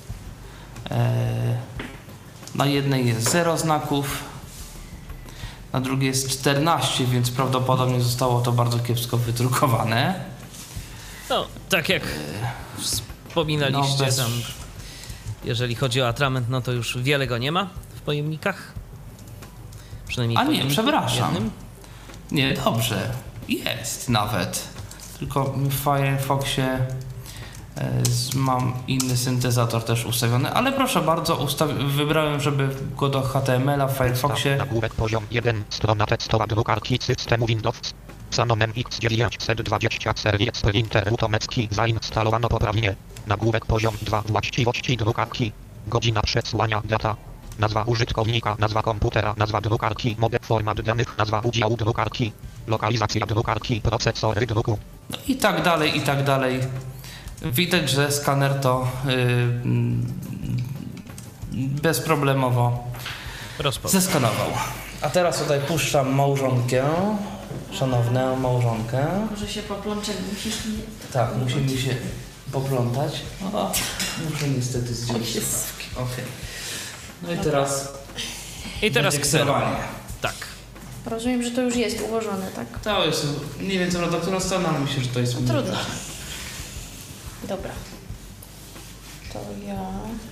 na jednej jest 0 znaków, na drugiej jest 14, więc prawdopodobnie zostało to bardzo kiepsko wydrukowane. No, tak jak wspominaliście, tam, jeżeli chodzi o atrament, no to już wiele go nie ma w pojemnikach. Przynajmniej A w nie, pojemniku przepraszam. jednym. Nie, dobrze. Jest nawet. Tylko w Firefoxie mam inny syntezator też ustawiony, ale proszę bardzo, wybrałem, żeby go do HTML-a w Firefoxie. Nagłówek poziom 1, strona tekstowa drukarki systemu Windows. Sanonem X920 serii Sprinter Utomecki zainstalowano poprawnie. Nagłówek poziom 2, właściwości drukarki. Godzina przesłania data. Nazwa użytkownika, nazwa komputera, nazwa drukarki, model, format danych, nazwa udziału drukarki, lokalizacja drukarki, procesory druku. No i tak dalej, i tak dalej. Widać, że skaner to bezproblemowo zeskanował. A teraz tutaj puszczam małżonkę, szanowną małżonkę. Może się poplączemy, musisz mnie... Tak, musimy się poplątać. O, muszę niestety zdjąć słuchawki. Okay. No i teraz... I teraz kserowanie. Tak. Rozumiem, że to już jest ułożone, tak? To jest, nie wiem co na którą stronę, ale myślę, że to jest... Trudno. Dobra. To ja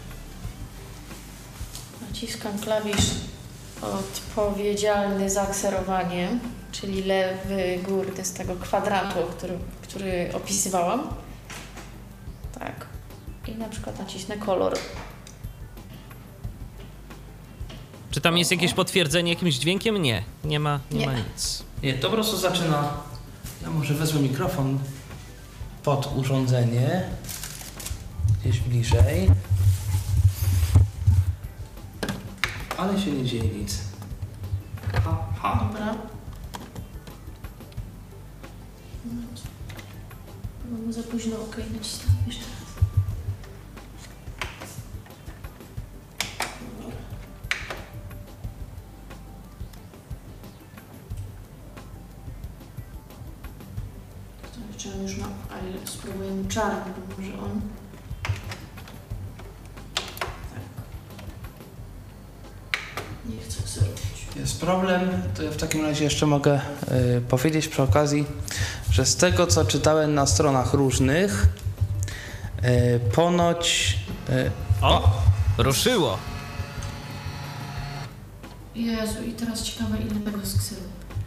naciskam klawisz odpowiedzialny za kserowanie, czyli lewy górny z tego kwadratu, który opisywałam. Tak. I na przykład nacisnę kolor. Czy tam jest jakieś potwierdzenie jakimś dźwiękiem? Nie. Nie ma nic. Nie, to po prostu zaczyna... Ja może wezmę mikrofon pod urządzenie. Gdzieś bliżej. Ale się nie dzieje nic. Aha. Dobra. Mam za późno, okej, nacisnę jeszcze raz. Czy on już ma, ale spróbujemy czarny, bo może on... Tak. Nie chcę kserować. Jest problem, to ja w takim razie jeszcze mogę powiedzieć przy okazji, że z tego co czytałem na stronach różnych, ponoć... Ruszyło. Jezu, i teraz ciekawe ile tego sksyru.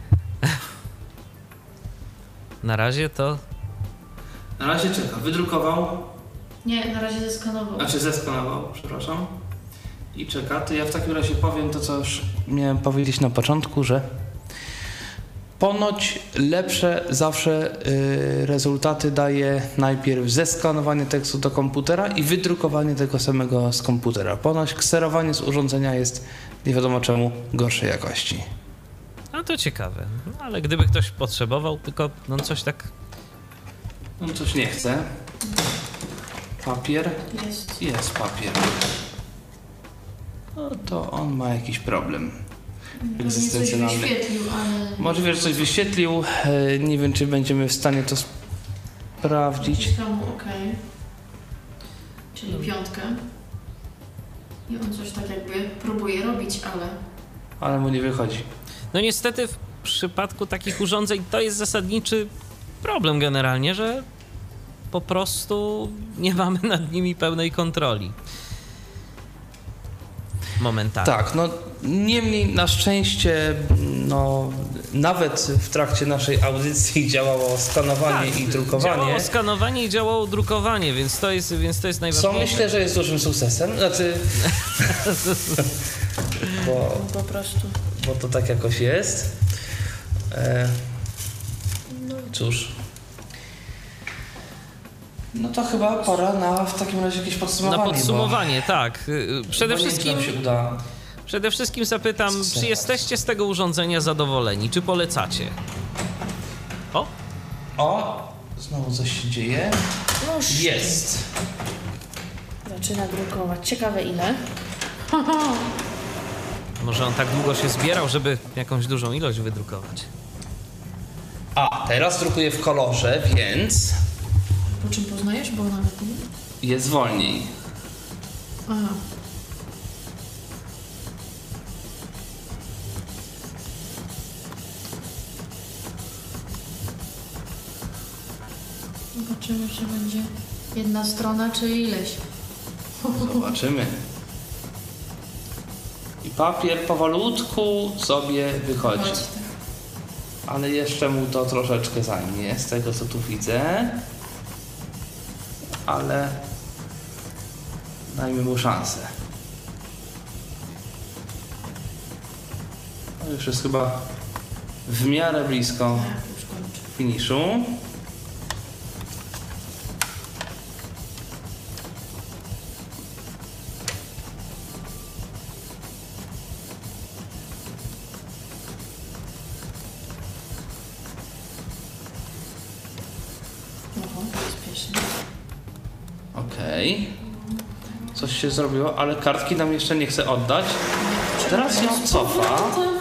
Na razie to... Na razie czeka, wydrukował. Nie, na razie zeskanował. Znaczy zeskanował, przepraszam. I czeka, to ja w takim razie powiem to, co już miałem powiedzieć na początku, że ponoć lepsze zawsze rezultaty daje najpierw zeskanowanie tekstu do komputera i wydrukowanie tego samego z komputera. Ponoć kserowanie z urządzenia jest nie wiadomo czemu gorszej jakości. No to ciekawe. No, ale gdyby ktoś potrzebował, tylko no coś tak... On coś nie chce. Papier. Jest papier. No to on ma jakiś problem egzystencjonalny. Coś wyświetlił, ale... Może coś wyświetlił. Nie wiem, czy będziemy w stanie to sprawdzić. Naciskam OK. Czyli 5. I on coś tak jakby próbuje robić, ale mu nie wychodzi. No niestety w przypadku takich urządzeń to jest zasadniczy problem generalnie, że po prostu nie mamy nad nimi pełnej kontroli. Momentalnie. Tak, no niemniej na szczęście no, nawet w trakcie naszej audycji działało skanowanie i drukowanie. Działało skanowanie i działało drukowanie, więc to jest najważniejsze. Co myślę, że jest dużym sukcesem. Znaczy... po prostu. Bo to tak jakoś jest. Cóż. No to chyba pora na w takim razie jakieś podsumowanie. Na podsumowanie, tak. Przede wszystkim zapytam, czy jesteście z tego urządzenia zadowoleni? Czy polecacie? Znowu coś się dzieje. Jest. Zaczyna drukować. Ciekawe ile. Może on tak długo się zbierał, żeby jakąś dużą ilość wydrukować. Teraz drukuję w kolorze, więc... Po czym poznajesz? Bo nawet nie... Jest wolniej. Aha. Zobaczymy, czy będzie jedna strona, czy ileś. Zobaczymy. I papier powolutku sobie wychodzi. Ale jeszcze mu to troszeczkę zajmie, z tego co tu widzę. Ale dajmy mu szansę. No już jest chyba w miarę blisko finiszu. Okej. Coś się zrobiło, ale kartki nam jeszcze nie chce oddać. Teraz ją cofa.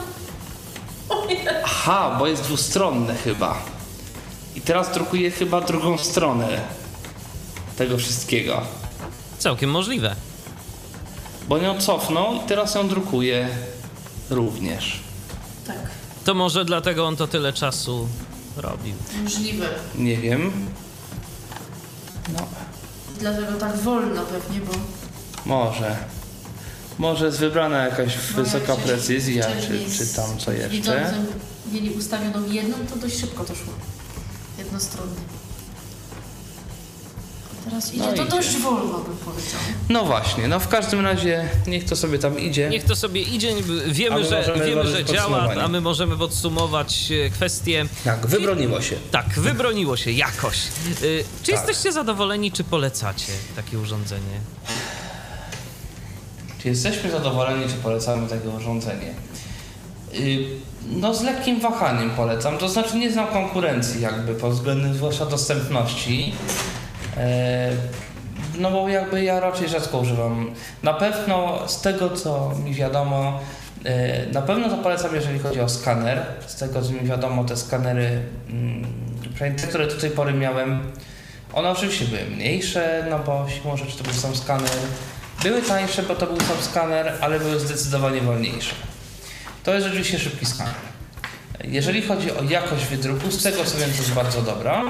Aha, bo jest dwustronne chyba. I teraz drukuje chyba drugą stronę tego wszystkiego. Całkiem możliwe. Bo ją cofnął i teraz ją drukuje również. Tak, To może dlatego on to tyle czasu robił. możliwe. Nie wiem. No, Dlatego tak wolno pewnie, bo... Może jest wybrana jakaś wysoka jak precyzja, wcześniej czy tam co jeszcze. widzącym mieli ustawioną jedną, to dość szybko to szło. Jednostronnie. A teraz idzie No to idzie. dość wolno, bym powiedział. No właśnie, no w każdym razie niech to sobie tam idzie. Niech to sobie idzie, A wiemy, my że możemy działa, podsumowanie. a my możemy podsumować kwestię. Tak, wybroniło się. Tak, wybroniło się jakoś. Czy Tak. jesteście zadowoleni, czy polecacie takie urządzenie? Czy jesteśmy zadowoleni, czy polecamy takie urządzenie? No z lekkim wahaniem polecam, to znaczy nie znam konkurencji jakby pod względem zwłaszcza dostępności. No bo jakby ja raczej rzadko używam. Na pewno z tego co mi wiadomo, na pewno to polecam jeżeli chodzi o skaner. Z tego co mi wiadomo te skanery, przynajmniej te, które do tej pory miałem, one oczywiście były mniejsze, no bo siłą rzeczy to był sam skaner. Były tańsze, bo to był sam skaner, ale były zdecydowanie wolniejsze. To jest rzeczywiście szybki skaner. Jeżeli chodzi o jakość wydruku, z tego co wiem, to jest bardzo dobra.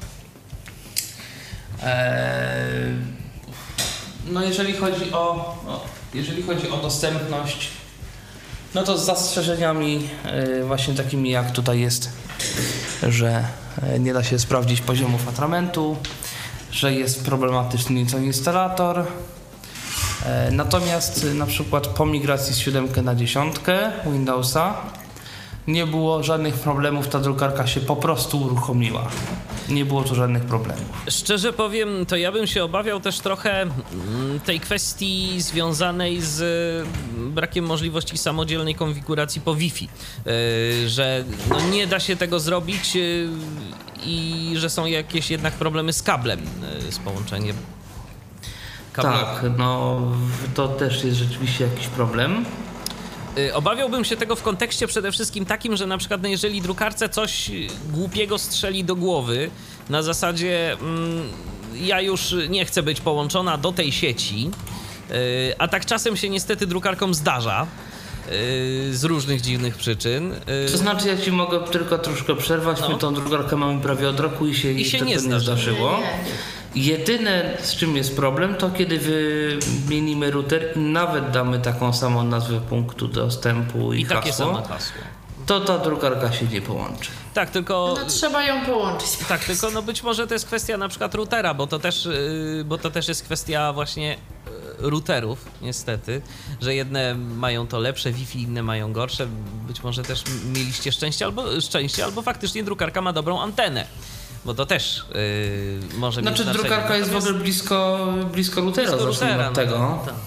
No jeżeli chodzi o dostępność, no to z zastrzeżeniami właśnie takimi jak tutaj jest, że nie da się sprawdzić poziomów atramentu, że jest problematyczny nieco instalator. Natomiast na przykład po migracji z 7 na 10 Windowsa nie było żadnych problemów, ta drukarka się po prostu uruchomiła. Nie było tu żadnych problemów. Szczerze powiem, to ja bym się obawiał też trochę tej kwestii związanej z brakiem możliwości samodzielnej konfiguracji po Wi-Fi, że no nie da się tego zrobić i że są jakieś jednak problemy z kablem, z połączeniem kablowym. Tak, no to też jest rzeczywiście jakiś problem. Obawiałbym się tego w kontekście przede wszystkim takim, że na przykład no jeżeli drukarce coś głupiego strzeli do głowy na zasadzie ja już nie chcę być połączona do tej sieci, a tak czasem się niestety drukarkom zdarza z różnych dziwnych przyczyn. To znaczy ja ci mogę tylko troszkę przerwać, No. my tą drukarkę mamy prawie od roku i się jeszcze nie to nie zdarzyło. Nie. Jedyne z czym jest problem to kiedy wymienimy router i nawet damy taką samą nazwę punktu dostępu i takie hasło, samo hasło. to ta drukarka się nie połączy. Tak, tylko... No trzeba ją połączyć. Tak, tylko no być może to jest kwestia na przykład routera, bo to też jest kwestia właśnie routerów, niestety, że jedne mają to lepsze Wi-Fi, inne mają gorsze. Być może też mieliście szczęście, albo faktycznie drukarka ma dobrą antenę, bo to też może mieć znaczenie. Drukarka jest w ogóle blisko routera, zacznijmy od tego. No, tak.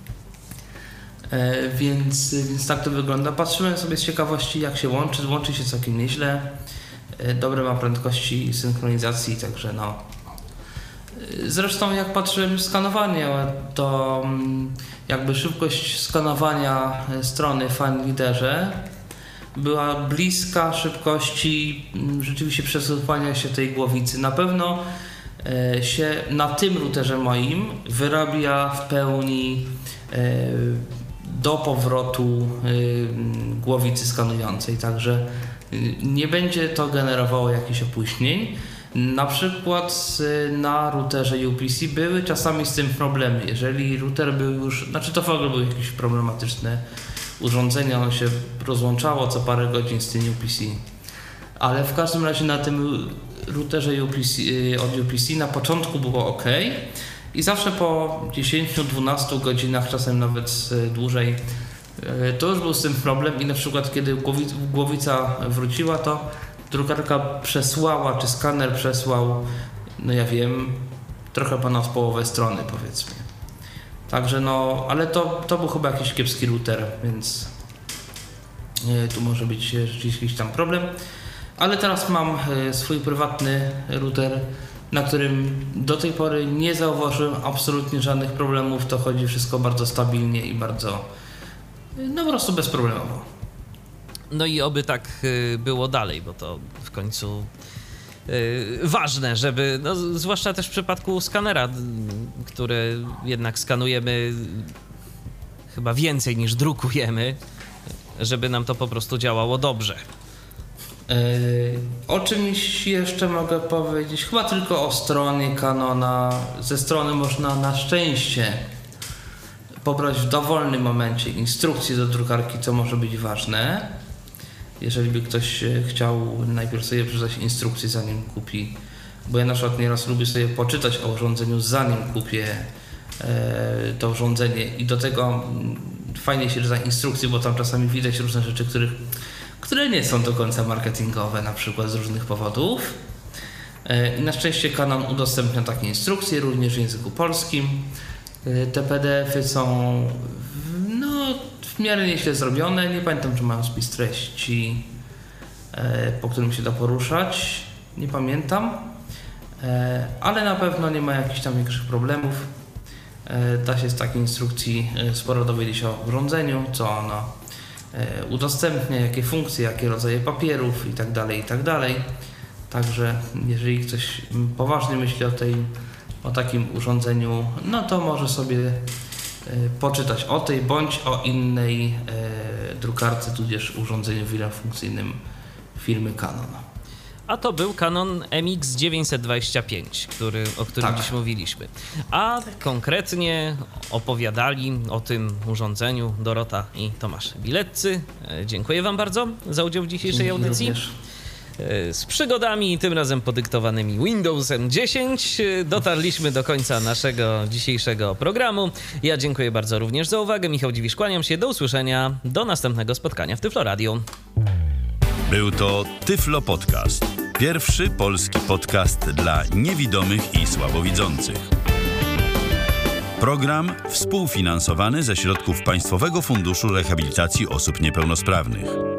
Więc tak to wygląda. Patrzyłem sobie z ciekawości jak się łączy. Łączy się całkiem nieźle. Dobre ma prędkości synchronizacji, także no. Zresztą jak patrzyłem w skanowanie, to jakby szybkość skanowania strony w FileReaderze była bliska szybkości rzeczywiście przesuwania się tej głowicy. Na pewno się na tym routerze moim wyrabia w pełni do powrotu głowicy skanującej, także nie będzie to generowało jakichś opóźnień. Na przykład na routerze UPC były czasami z tym problemy. Jeżeli router był już, to w ogóle były jakieś problematyczne urządzenie, ono się rozłączało co parę godzin z tym UPC. Ale w każdym razie na tym routerze UPC, od UPC na początku było ok i zawsze po 10-12 godzinach, czasem nawet dłużej, to już był z tym problem i na przykład kiedy głowica wróciła, to drukarka przesłała, czy skaner przesłał, trochę ponad połowę strony, powiedzmy. Także ale to był chyba jakiś kiepski router, więc tu może być rzeczywiście jakiś tam problem. Ale teraz mam swój prywatny router, na którym do tej pory nie zauważyłem absolutnie żadnych problemów. To chodzi wszystko bardzo stabilnie i bardzo, po prostu bezproblemowo. No i oby tak było dalej, bo to w końcu ważne, żeby, zwłaszcza też w przypadku skanera, które jednak skanujemy chyba więcej niż drukujemy, żeby nam to po prostu działało dobrze. O czymś jeszcze mogę powiedzieć, chyba tylko o stronie Canona. Ze strony można na szczęście pobrać w dowolnym momencie instrukcje do drukarki, co może być ważne. Jeżeli by ktoś chciał najpierw sobie przeczytać instrukcję, zanim kupi, bo ja na przykład nieraz lubię sobie poczytać o urządzeniu, zanim kupię to urządzenie i do tego fajnie się czyta instrukcje, bo tam czasami widać różne rzeczy, które nie są do końca marketingowe, na przykład z różnych powodów. I na szczęście Canon udostępnia takie instrukcje również w języku polskim. Te PDF-y są w miarę nieźle zrobione. Nie pamiętam, czy mają spis treści, po którym się da poruszać. Nie pamiętam. Ale na pewno nie ma jakichś tam większych problemów. Da się z takiej instrukcji sporo dowiedzieć się o urządzeniu, co ono udostępnia, jakie funkcje, jakie rodzaje papierów itd. Także jeżeli ktoś poważnie myśli o takim urządzeniu, to może sobie poczytać o tej bądź o innej drukarce, tudzież urządzeniu wielofunkcyjnym firmy Canon. A to był Canon MX925, o którym dziś mówiliśmy. A konkretnie opowiadali o tym urządzeniu Dorota i Tomasz Bileccy. Dziękuję wam bardzo za udział w dzisiejszej audycji. Również. Z przygodami, tym razem podyktowanymi Windowsem 10, dotarliśmy do końca naszego dzisiejszego programu. Ja dziękuję bardzo również za uwagę. Michał Dziwisz, kłaniam się. Do usłyszenia. Do następnego spotkania w Tyflo Radio. Był to Tyflo Podcast. Pierwszy polski podcast dla niewidomych i słabowidzących. Program współfinansowany ze środków Państwowego Funduszu Rehabilitacji Osób Niepełnosprawnych.